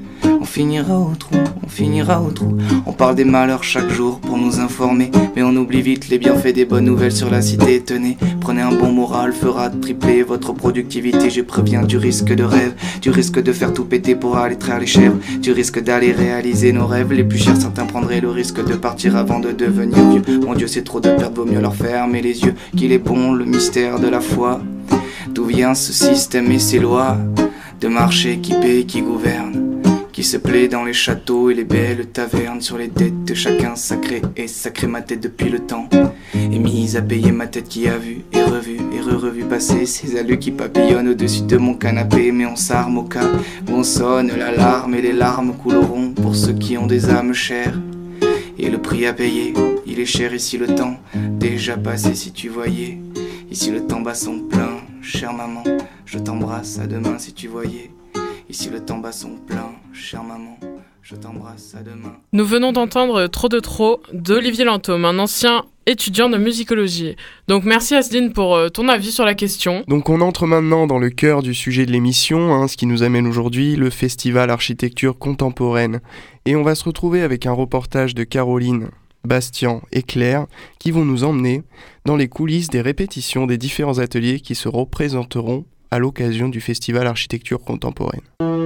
On finira au trou, on finira au trou. On parle des malheurs chaque jour pour nous informer, mais on oublie vite les bienfaits des bonnes nouvelles sur la cité. Tenez, prenez un bon moral, fera tripler votre productivité. Je préviens du risque de rêve, du risque de faire tout péter pour aller traire les chèvres, du risque d'aller réaliser nos rêves les plus chers. Certains prendraient le risque de partir avant de devenir vieux. Mon Dieu, c'est trop de perte, vaut mieux leur fermer les yeux. Qu'il est bon le mystère de la foi. D'où vient ce système et ses lois de marché qui paie, qui gouverne, qui se plaît dans les châteaux et les belles tavernes. Sur les dettes de chacun sacré et sacré ma tête depuis le temps est mise à payer ma tête qui a vu et revu et re-revu passer ces alleux qui papillonnent au-dessus de mon canapé. Mais on s'arme au cas où on sonne l'alarme et les larmes couleront pour ceux qui ont des âmes chères. Et le prix à payer, il est cher ici le temps déjà passé si tu voyais. Ici le temps bat son plein, chère maman, je t'embrasse, à demain si tu voyais. Ici le temps bat son plein, chère maman, je t'embrasse, à demain. Nous venons d'entendre Trop de trop d'Olivier Lantôme, un ancien étudiant de musicologie. Donc merci Asdeline pour euh, ton avis sur la question. Donc on entre maintenant dans le cœur du sujet de l'émission, hein, ce qui nous amène aujourd'hui, le festival Architecture Contemporaine. Et on va se retrouver avec un reportage de Caroline, Bastien et Claire qui vont nous emmener dans les coulisses des répétitions des différents ateliers qui se représenteront à l'occasion du festival Architecture Contemporaine.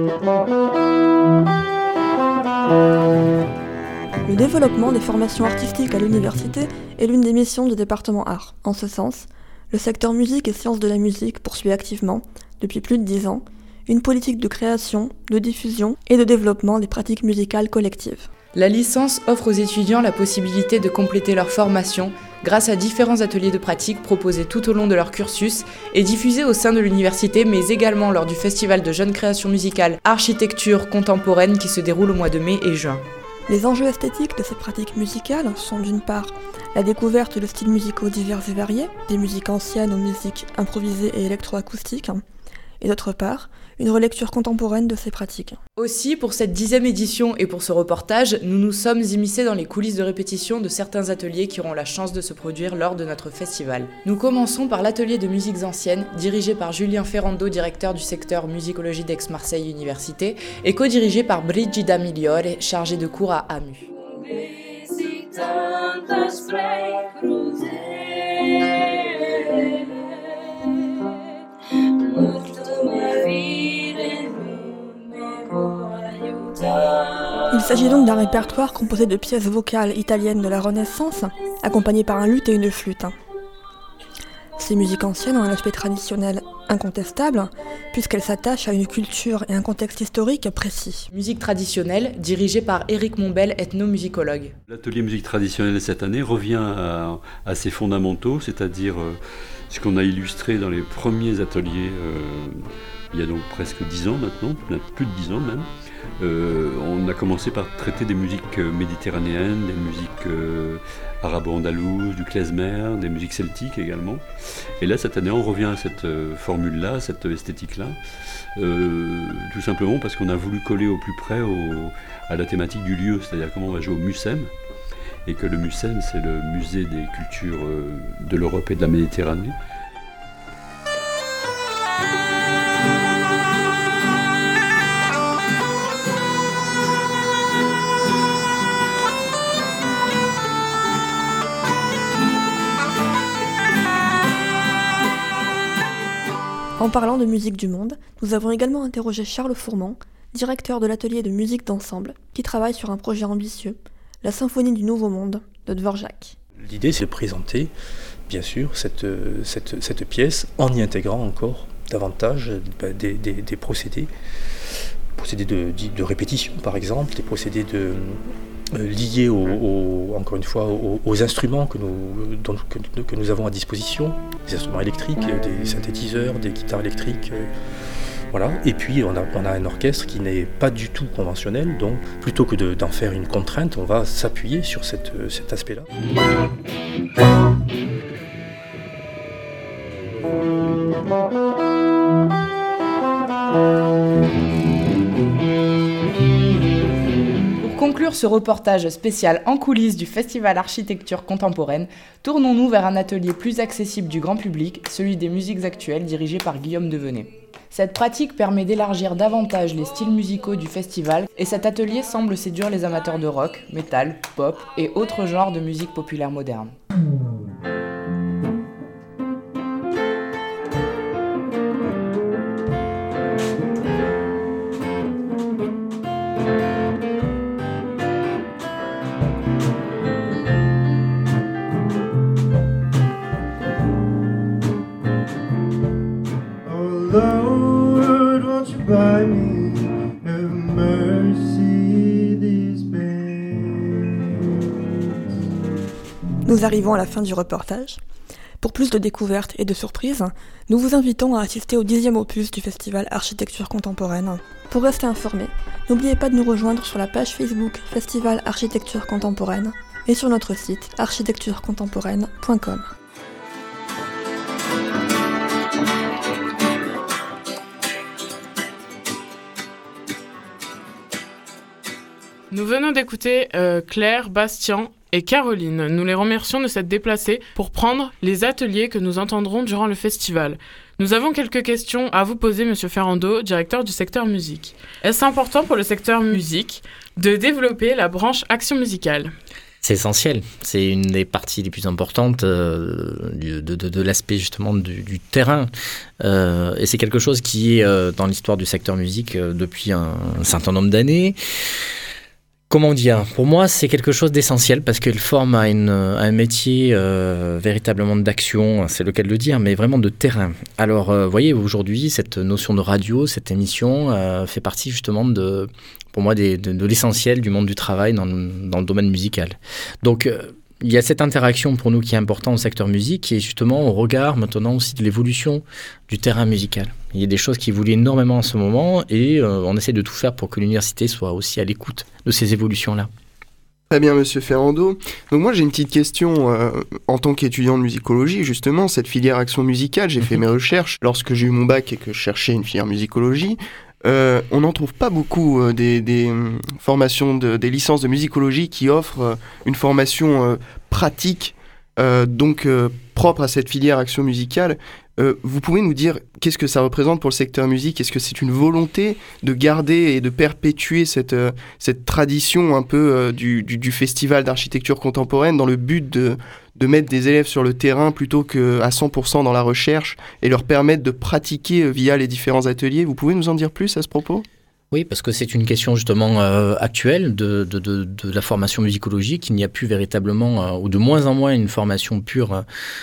Le développement des formations artistiques à l'université est l'une des missions du département art. En ce sens, le secteur musique et sciences de la musique poursuit activement, depuis plus de dix ans, une politique de création, de diffusion et de développement des pratiques musicales collectives. La licence offre aux étudiants la possibilité de compléter leur formation grâce à différents ateliers de pratique proposés tout au long de leur cursus et diffusés au sein de l'université, mais également lors du festival de jeunes créations musicales Architecture Contemporaine qui se déroule au mois de mai et juin. Les enjeux esthétiques de ces pratiques musicales sont d'une part la découverte de styles musicaux divers et variés, des musiques anciennes aux musiques improvisées et électroacoustiques, et d'autre part, une relecture contemporaine de ces pratiques. Aussi, pour cette dixième édition et pour ce reportage, nous nous sommes immiscés dans les coulisses de répétition de certains ateliers qui auront la chance de se produire lors de notre festival. Nous commençons par l'atelier de musiques anciennes, dirigé par Julien Ferrando, directeur du secteur musicologie d'Aix-Marseille Université, et co-dirigé par Brigida Migliore, chargée de cours à A M U. Il s'agit donc d'un répertoire composé de pièces vocales italiennes de la Renaissance, accompagnées par un luth et une flûte. Ces musiques anciennes ont un aspect traditionnel incontestable, puisqu'elles s'attachent à une culture et un contexte historique précis. Musique traditionnelle, dirigée par Éric Montbel, ethnomusicologue. L'atelier musique traditionnelle cette année revient à, à ses fondamentaux, c'est-à-dire euh, ce qu'on a illustré dans les premiers ateliers, euh, il y a donc presque dix ans maintenant, plus de dix ans même. Euh, on a commencé par traiter des musiques méditerranéennes, des musiques euh, arabo-andalouses, du klezmer, des musiques celtiques également. Et là, cette année, on revient à cette euh, formule-là, cette esthétique-là, euh, tout simplement parce qu'on a voulu coller au plus près au, à la thématique du lieu, c'est-à-dire comment on va jouer au MUSEM, et que le MUSEM, c'est le musée des cultures euh, de l'Europe et de la Méditerranée. En parlant de musique du monde, nous avons également interrogé Charles Fourmont, directeur de l'atelier de musique d'ensemble, qui travaille sur un projet ambitieux, la Symphonie du Nouveau Monde de Dvorak. L'idée, c'est de présenter, bien sûr, cette, cette, cette pièce en y intégrant encore davantage ben, des, des, des procédés, procédés de, de répétition par exemple, des procédés de, euh, liés au, au, encore une fois aux, aux instruments que nous, dont, que, que nous avons à disposition, des instruments électriques, des synthétiseurs, des guitares électriques. Euh, Voilà. Et puis on a, on a un orchestre qui n'est pas du tout conventionnel, donc plutôt que de, d'en faire une contrainte, on va s'appuyer sur cette, cet aspect-là. Pour conclure ce reportage spécial en coulisses du Festival Architecture Contemporaine, tournons-nous vers un atelier plus accessible du grand public, celui des musiques actuelles dirigé par Guillaume Devenet. Cette pratique permet d'élargir davantage les styles musicaux du festival et cet atelier semble séduire les amateurs de rock, métal, pop et autres genres de musique populaire moderne. Lord, won't you buy me a mercy these Nous arrivons à la fin du reportage. Pour plus de découvertes et de surprises, nous vous invitons à assister au dixième opus du festival Architecture Contemporaine. Pour rester informé, n'oubliez pas de nous rejoindre sur la page Facebook Festival Architecture Contemporaine et sur notre site architecture contemporaine point com. Nous venons d'écouter euh, Claire, Bastien et Caroline. Nous les remercions de s'être déplacés pour prendre les ateliers que nous entendrons durant le festival. Nous avons quelques questions à vous poser, Monsieur Ferrando, directeur du secteur musique. Est-ce important pour le secteur musique de développer la branche action musicale ? C'est essentiel, c'est une des parties les plus importantes euh, du, de, de, de l'aspect justement du, du terrain euh, et c'est quelque chose qui est euh, dans l'histoire du secteur musique euh, depuis un, un certain nombre d'années. Comment dire ? Pour moi, c'est quelque chose d'essentiel parce qu'elle forme à, une, à un métier euh, véritablement d'action, c'est le cas de le dire, mais vraiment de terrain. Alors, euh, vous voyez, aujourd'hui, cette notion de radio, cette émission euh, fait partie justement de, pour moi, des, de, de l'essentiel du monde du travail dans le, dans le domaine musical. Donc, euh, il y a cette interaction pour nous qui est importante au secteur musique et justement au regard maintenant aussi de l'évolution du terrain musical. Il y a des choses qui évoluent énormément en ce moment et euh, on essaie de tout faire pour que l'université soit aussi à l'écoute de ces évolutions-là. Très bien, Monsieur Ferrando. Donc moi, j'ai une petite question euh, en tant qu'étudiant de musicologie, justement, cette filière action musicale, j'ai fait mes recherches lorsque j'ai eu mon bac et que je cherchais une filière musicologie. Euh, on n'en trouve pas beaucoup euh, des, des euh, formations, de, des licences de musicologie qui offrent euh, une formation euh, pratique, euh, donc euh, propre à cette filière action musicale. Euh, vous pouvez nous dire qu'est-ce que ça représente pour le secteur musique ? Est-ce que c'est une volonté de garder et de perpétuer cette, euh, cette tradition un peu euh, du, du, du festival d'architecture contemporaine dans le but de, de mettre des élèves sur le terrain plutôt qu'à cent pour cent dans la recherche et leur permettre de pratiquer via les différents ateliers ? Vous pouvez nous en dire plus à ce propos ? Oui, parce que c'est une question justement euh, actuelle de, de, de, de la formation musicologique. Il n'y a plus véritablement, euh, ou de moins en moins, une formation pure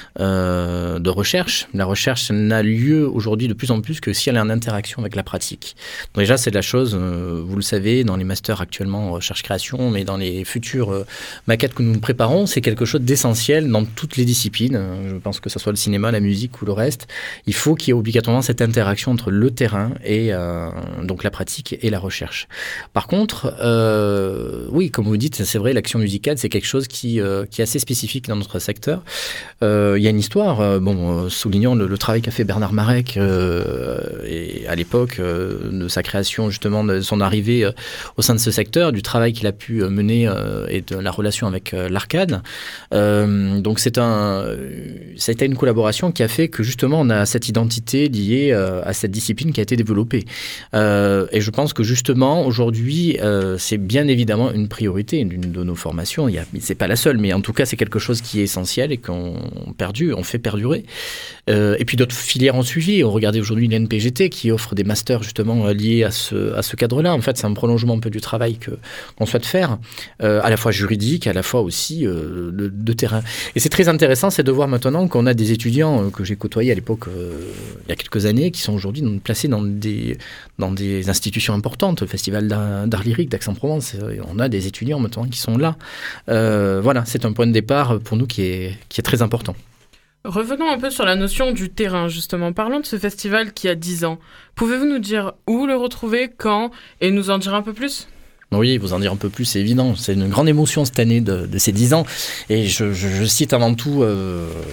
euh, de recherche. La recherche n'a lieu aujourd'hui de plus en plus que si elle est en interaction avec la pratique. Donc déjà, c'est de la chose, euh, vous le savez, dans les masters actuellement en recherche-création, mais dans les futures euh, maquettes que nous préparons, c'est quelque chose d'essentiel dans toutes les disciplines. Je pense que ce soit le cinéma, la musique ou le reste. Il faut qu'il y ait obligatoirement cette interaction entre le terrain et euh, donc la pratique et la recherche. Par contre, euh, oui, comme vous dites, c'est vrai, l'action musicale, c'est quelque chose qui, euh, qui est assez spécifique dans notre secteur. Euh, il y a une histoire, euh, bon, euh, soulignant le, le travail qu'a fait Bernard Marek euh, et à l'époque euh, de sa création, justement, de son arrivée euh, au sein de ce secteur, du travail qu'il a pu euh, mener euh, et de la relation avec euh, l'Arcade. Euh, donc, c'est un, ça a été une collaboration qui a fait que, justement, on a cette identité liée euh, à cette discipline qui a été développée. Euh, et je pense que justement, aujourd'hui, euh, c'est bien évidemment une priorité d'une de nos formations. Il y a, c'est pas la seule, mais en tout cas, c'est quelque chose qui est essentiel et qu'on perdu, on fait perdurer. Euh, et puis d'autres filières ont suivi. On regardait aujourd'hui l'N P G T qui offre des masters justement liés à ce, à ce cadre-là. En fait, c'est un prolongement un peu du travail que, qu'on souhaite faire, euh, à la fois juridique, à la fois aussi euh, de, de terrain. Et c'est très intéressant, c'est de voir maintenant qu'on a des étudiants euh, que j'ai côtoyés à l'époque, euh, il y a quelques années, qui sont aujourd'hui placés dans des, dans des institutions importante, le festival d'art, d'art lyrique d'Aix-en-Provence. On a des étudiants maintenant qui sont là. Euh, voilà, c'est un point de départ pour nous qui est, qui est très important. Revenons un peu sur la notion du terrain, justement. Parlons de ce festival qui a dix ans. Pouvez-vous nous dire où le retrouver, quand, et nous en dire un peu plus ? Oui, vous en dire un peu plus, c'est évident. C'est une grande émotion cette année de, de ces dix ans. Et je, je, je cite avant tout... Euh,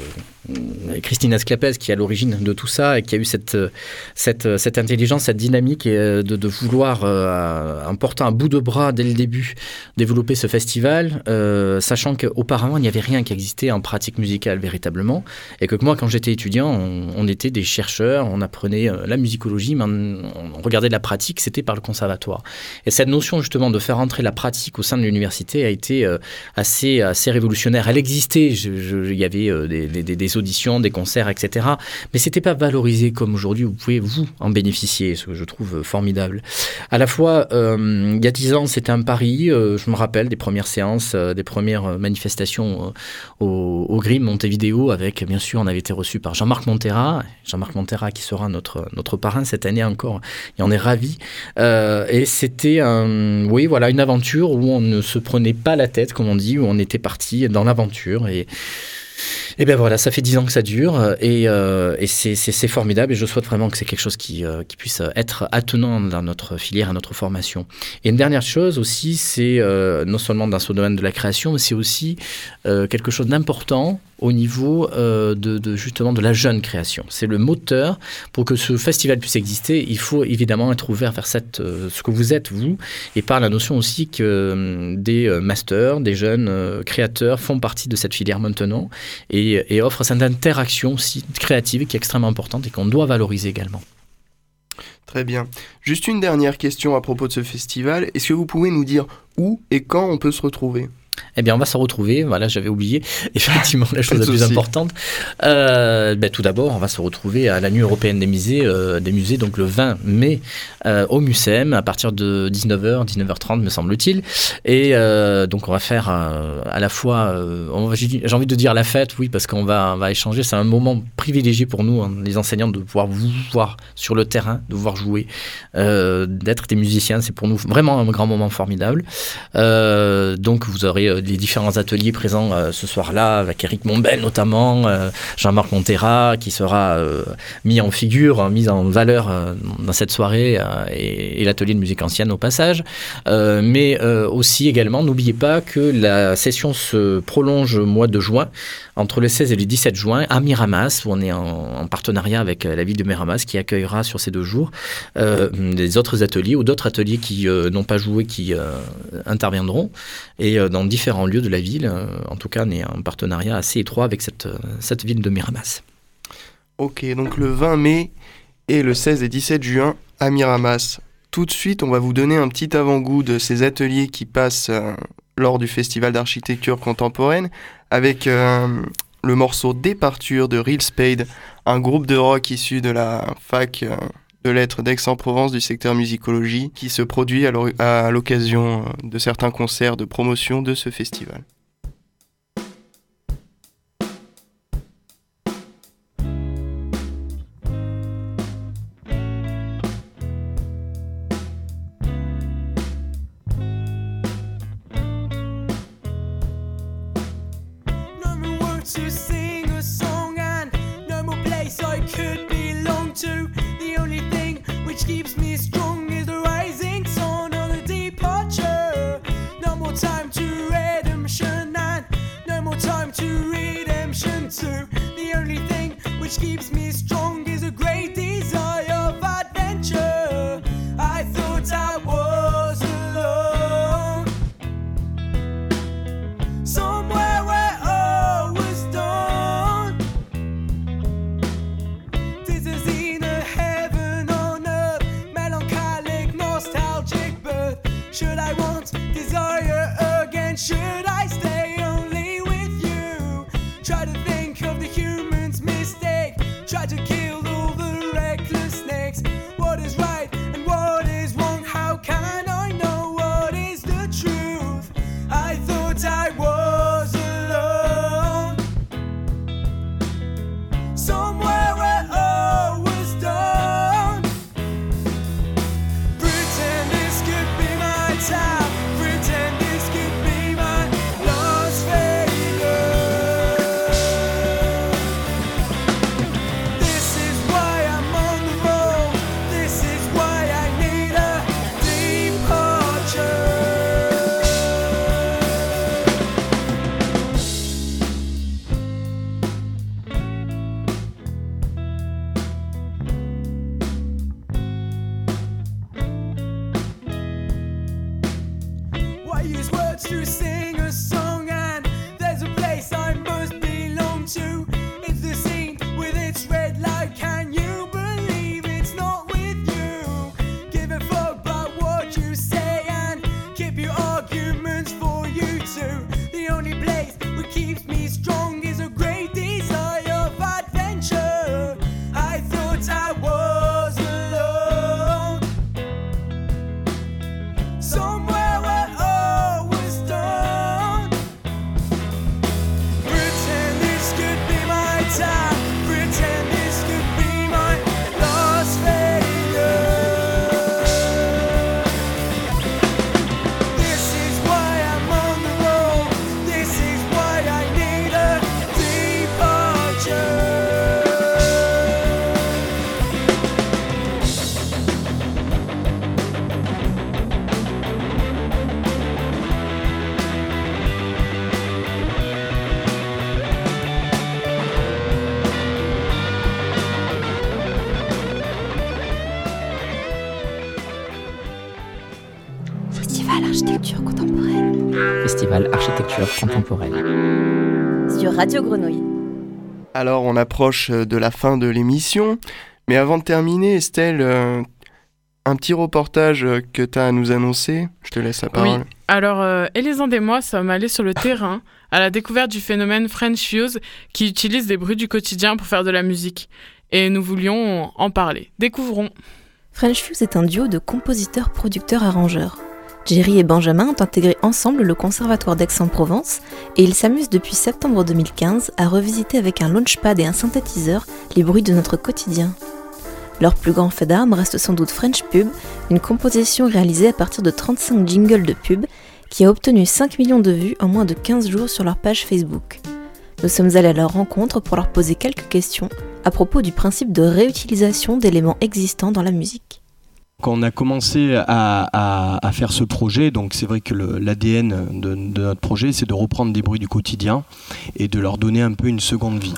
Christine Esclapès qui est à l'origine de tout ça et qui a eu cette, cette, cette intelligence, cette dynamique de, de vouloir, euh, en portant un bout de bras dès le début, développer ce festival, euh, sachant qu'auparavant, il n'y avait rien qui existait en pratique musicale véritablement, et que moi, quand j'étais étudiant, on, on était des chercheurs, on apprenait la musicologie, mais on, on regardait la pratique, c'était par le conservatoire. Et cette notion justement de faire entrer la pratique au sein de l'université a été euh, assez, assez révolutionnaire. Elle existait, je, je, il y avait euh, des, des, des auditions, des concerts, et cetera. Mais c'était pas valorisé comme aujourd'hui. Vous pouvez, vous, en bénéficier, ce que je trouve formidable. À la fois, euh, il y a dix ans, c'était un pari. Euh, je me rappelle des premières séances, euh, des premières manifestations euh, au, au Grimm Montevideo, avec, bien sûr, on avait été reçu par Jean-Marc Montera. Jean-Marc Montera qui sera notre, notre parrain cette année encore. Et on est ravis. Euh, et c'était, un, oui, voilà, une aventure où on ne se prenait pas la tête, comme on dit, où on était parti dans l'aventure. Et Et bien voilà, ça fait dix ans que ça dure et, euh, et c'est, c'est, c'est formidable et je souhaite vraiment que c'est quelque chose qui, euh, qui puisse être attenant dans notre filière et notre formation. Et une dernière chose aussi, c'est euh, non seulement dans ce domaine de la création, mais c'est aussi euh, quelque chose d'important au niveau euh, de, de justement de la jeune création. C'est le moteur pour que ce festival puisse exister. Il faut évidemment être ouvert vers cette, euh, ce que vous êtes, vous, et par la notion aussi que euh, des euh, masters, des jeunes euh, créateurs font partie de cette filière maintenant et, et offrent cette interaction aussi créative qui est extrêmement importante et qu'on doit valoriser également. Très bien. Juste une dernière question à propos de ce festival. Est-ce que vous pouvez nous dire où et quand on peut se retrouver ? Eh bien, on va se retrouver, voilà, j'avais oublié, effectivement, la chose la plus importante. Euh, ben, tout d'abord, on va se retrouver à la Nuit européenne des musées, euh, des musées donc le vingt mai, euh, au Mucem, à partir de dix-neuf heures, dix-neuf heures trente, me semble-t-il. Et euh, donc, on va faire euh, à la fois, euh, on va, j'ai, j'ai envie de dire la fête, oui, parce qu'on va, on va échanger. C'est un moment privilégié pour nous, hein, les enseignants, de pouvoir vous voir sur le terrain, de vous voir jouer, euh, d'être des musiciens. C'est pour nous vraiment un grand moment formidable. Euh, donc, vous aurez les différents ateliers présents euh, ce soir-là, avec Éric Mombel notamment, euh, Jean-Marc Montera, qui sera euh, mis en figure, mis en valeur euh, dans cette soirée, euh, et, et l'atelier de musique ancienne au passage. Euh, mais euh, aussi également, n'oubliez pas que la session se prolonge au mois de juin, entre le seize et le dix-sept juin, à Miramas, où on est en, en partenariat avec la ville de Miramas, qui accueillera sur ces deux jours euh, des autres ateliers ou d'autres ateliers qui euh, n'ont pas joué, qui euh, interviendront, et euh, dans différents lieux de la ville. Euh, en tout cas, on est en partenariat assez étroit avec cette, cette ville de Miramas. Ok, donc le vingt mai et le seize et dix-sept juin à Miramas. Tout de suite, on va vous donner un petit avant-goût de ces ateliers qui passent euh, lors du Festival d'architecture contemporaine avec euh, le morceau Départure de Real Spade, un groupe de rock issu de la fac euh, de lettres d'Aix-en-Provence du secteur musicologie qui se produit à, à l'occasion de certains concerts de promotion de ce festival. To sing a song and no more place I could belong to. The only thing which keeps me strong is the rising sun or the departure. No more time to redemption and no more time to redemption too. The only thing which keeps me strong is a great desire of adventure. I thought I was alone somewhere where melancholy Festival Architecture Contemporaine. Festival Architecture Contemporaine. Sur Radio Grenouille. Alors, on approche de la fin de l'émission, mais avant de terminer, Estelle, euh, un petit reportage que tu as à nous annoncer. Je te laisse la parole. Oui. Alors, euh, Elisande et moi sommes allés sur le terrain à la découverte du phénomène French Fuse qui utilise des bruits du quotidien pour faire de la musique. Et nous voulions en parler. Découvrons. French Fuse est un duo de compositeurs, producteurs, arrangeurs. Jerry et Benjamin ont intégré ensemble le Conservatoire d'Aix-en-Provence et ils s'amusent depuis septembre deux mille quinze à revisiter avec un launchpad et un synthétiseur les bruits de notre quotidien. Leur plus grand fait d'armes reste sans doute French Pub, une composition réalisée à partir de trente-cinq jingles de pub qui a obtenu cinq millions de vues en moins de quinze jours sur leur page Facebook. Nous sommes allés à leur rencontre pour leur poser quelques questions à propos du principe de réutilisation d'éléments existants dans la musique. Quand on a commencé à, à, à faire ce projet, donc c'est vrai que le, l'A D N de, de notre projet, c'est de reprendre des bruits du quotidien et de leur donner un peu une seconde vie.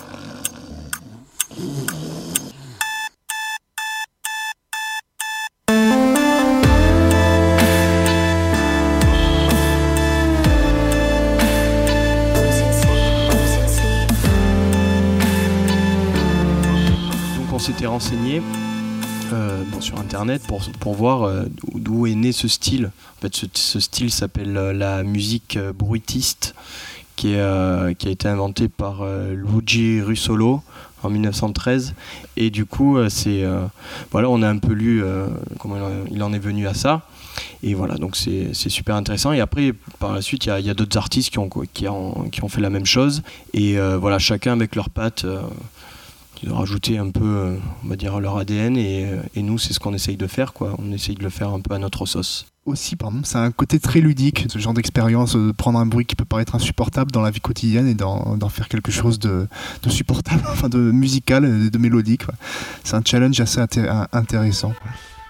Donc on s'était renseigné Euh, bon, sur internet pour, pour voir euh, d'où est né ce style. En fait, ce, ce style s'appelle euh, la musique euh, bruitiste, qui, est, euh, qui a été inventée par euh, Luigi Russolo en dix-neuf cent treize. Et du coup, euh, c'est, euh, voilà, on a un peu lu euh, comment il en est venu à ça. Et voilà, donc c'est, c'est super intéressant. Et après, par la suite, il y a, y a d'autres artistes qui ont, qui, ont, qui ont fait la même chose. Et euh, voilà, chacun avec leurs pattes. Euh, de rajouter un peu, on va dire, leur A D N et, et nous, c'est ce qu'on essaye de faire, quoi. On essaye de le faire un peu à notre sauce. Aussi, pardon, c'est un côté très ludique, ce genre d'expérience, de prendre un bruit qui peut paraître insupportable dans la vie quotidienne et d'en, d'en faire quelque chose de, de supportable, enfin de musical, de mélodique. Quoi. C'est un challenge assez inté- intéressant. Quoi.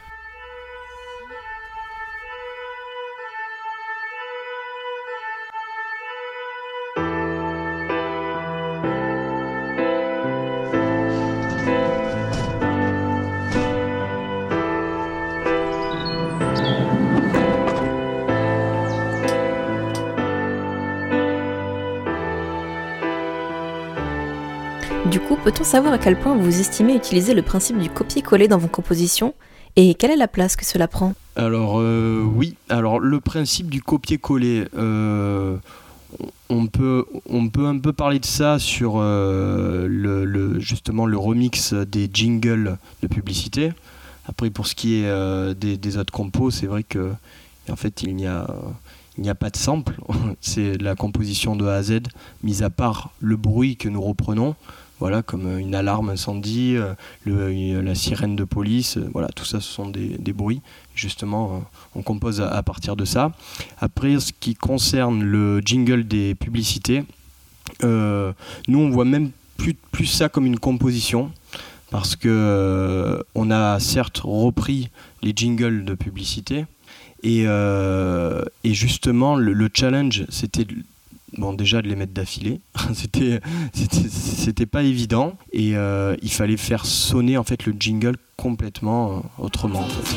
Du coup, peut-on savoir à quel point vous estimez utiliser le principe du copier-coller dans vos compositions et quelle est la place que cela prend ? Alors euh, oui, alors le principe du copier-coller, euh, on, peut, on peut un peu parler de ça sur euh, le, le, justement le remix des jingles de publicité. Après, pour ce qui est euh, des, des autres compos, c'est vrai que en fait il n'y a... Il n'y a pas de sample, c'est la composition de A à Z, mis à part le bruit que nous reprenons, voilà, comme une alarme incendie, le, la sirène de police, voilà, tout ça ce sont des, des bruits. Justement, on compose à, à partir de ça. Après, ce qui concerne le jingle des publicités, euh, nous on voit même plus, plus ça comme une composition, parce que euh, on a certes repris les jingles de publicité, Et, euh, et justement, le, le challenge, c'était bon, déjà de les mettre d'affilée. c'était, c'était, c'était pas évident. Et euh, il fallait faire sonner en fait, le jingle complètement euh, autrement. En fait.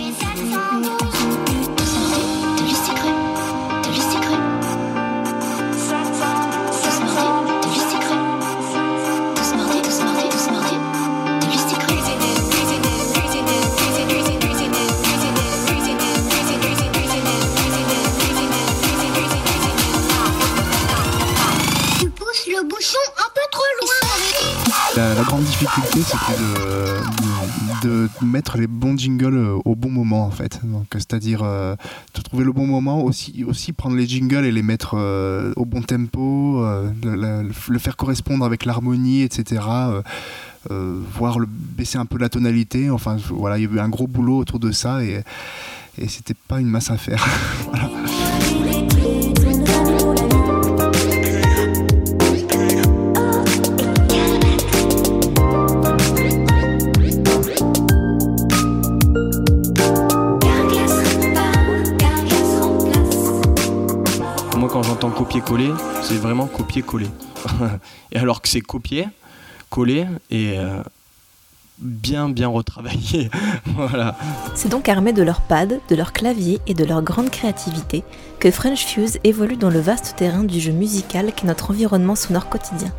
La, la grande difficulté, c'était de, de, de mettre les bons jingles au bon moment, en fait. Donc, c'est-à-dire euh, de trouver le bon moment, aussi, aussi prendre les jingles et les mettre euh, au bon tempo, euh, le, le, le faire correspondre avec l'harmonie, et cetera. Euh, euh, voire le, baisser un peu la tonalité. Enfin, voilà, il y avait un gros boulot autour de ça et, et c'était pas une masse à faire. Voilà. Quand j'entends copier-coller, c'est vraiment copier-coller. Et alors que c'est copier, coller, et, euh, bien bien retravaillé. Voilà. C'est donc armé de leurs pads, de leurs claviers et de leur grande créativité que French Fuse évolue dans le vaste terrain du jeu musical qu'est notre environnement sonore quotidien.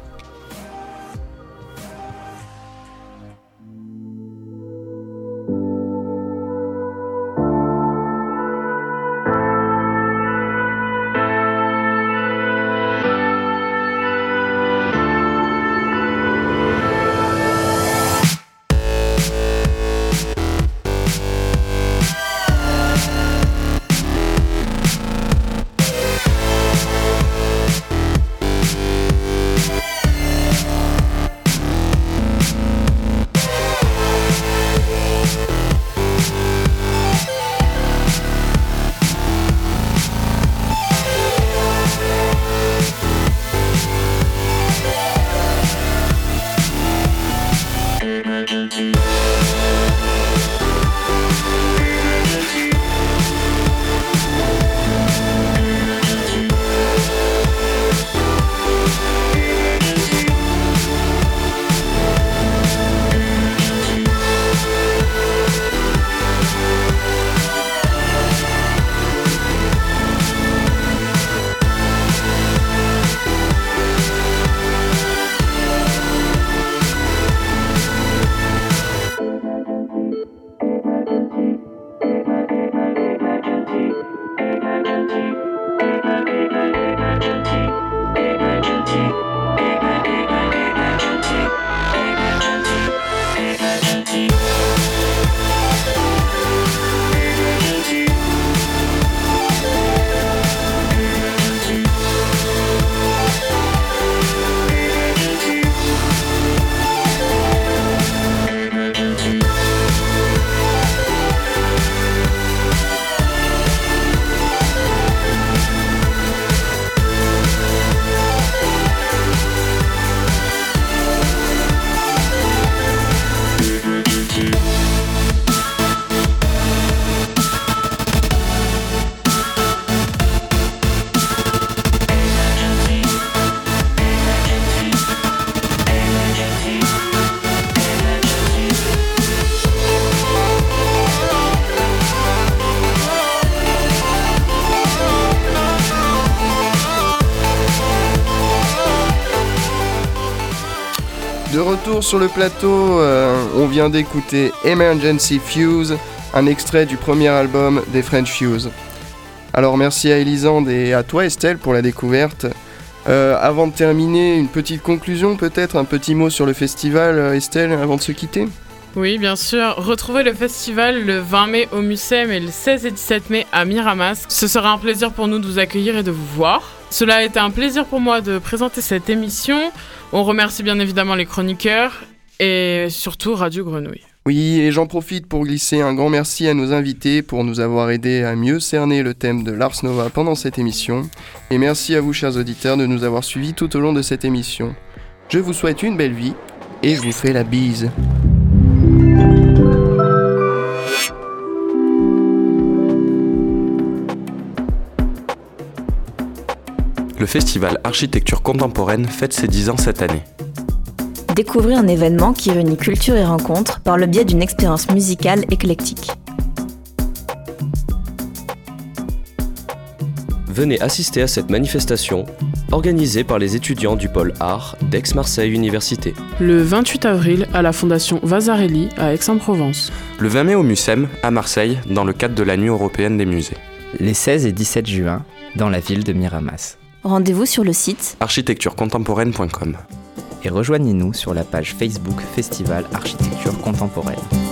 De retour sur le plateau, euh, on vient d'écouter Emergency Fuse, un extrait du premier album des French Fuse. Alors merci à Elisande et à toi Estelle pour la découverte. Euh, avant de terminer, une petite conclusion peut-être, un petit mot sur le festival, Estelle, avant de se quitter ? Oui, bien sûr. Retrouvez le festival le vingt mai au Mucem et le seize et dix-sept mai à Miramas. Ce sera un plaisir pour nous de vous accueillir et de vous voir. Cela a été un plaisir pour moi de présenter cette émission. On remercie bien évidemment les chroniqueurs et surtout Radio Grenouille. Oui, et j'en profite pour glisser un grand merci à nos invités pour nous avoir aidés à mieux cerner le thème de l'Ars Nova pendant cette émission. Et merci à vous, chers auditeurs, de nous avoir suivis tout au long de cette émission. Je vous souhaite une belle vie et je vous fais la bise. Le festival Architecture Contemporaine fête ses dix ans cette année. Découvrez un événement qui réunit culture et rencontres par le biais d'une expérience musicale éclectique. Venez assister à cette manifestation, organisée par les étudiants du pôle Art d'Aix-Marseille Université. Le vingt-huit avril à la Fondation Vasarely à Aix-en-Provence. Le vingt mai au Mucem à Marseille, dans le cadre de la Nuit européenne des musées. Les seize et dix-sept juin, dans la ville de Miramas. Rendez-vous sur le site architecture contemporaine point com. Et rejoignez-nous sur la page Facebook Festival Architecture Contemporaine.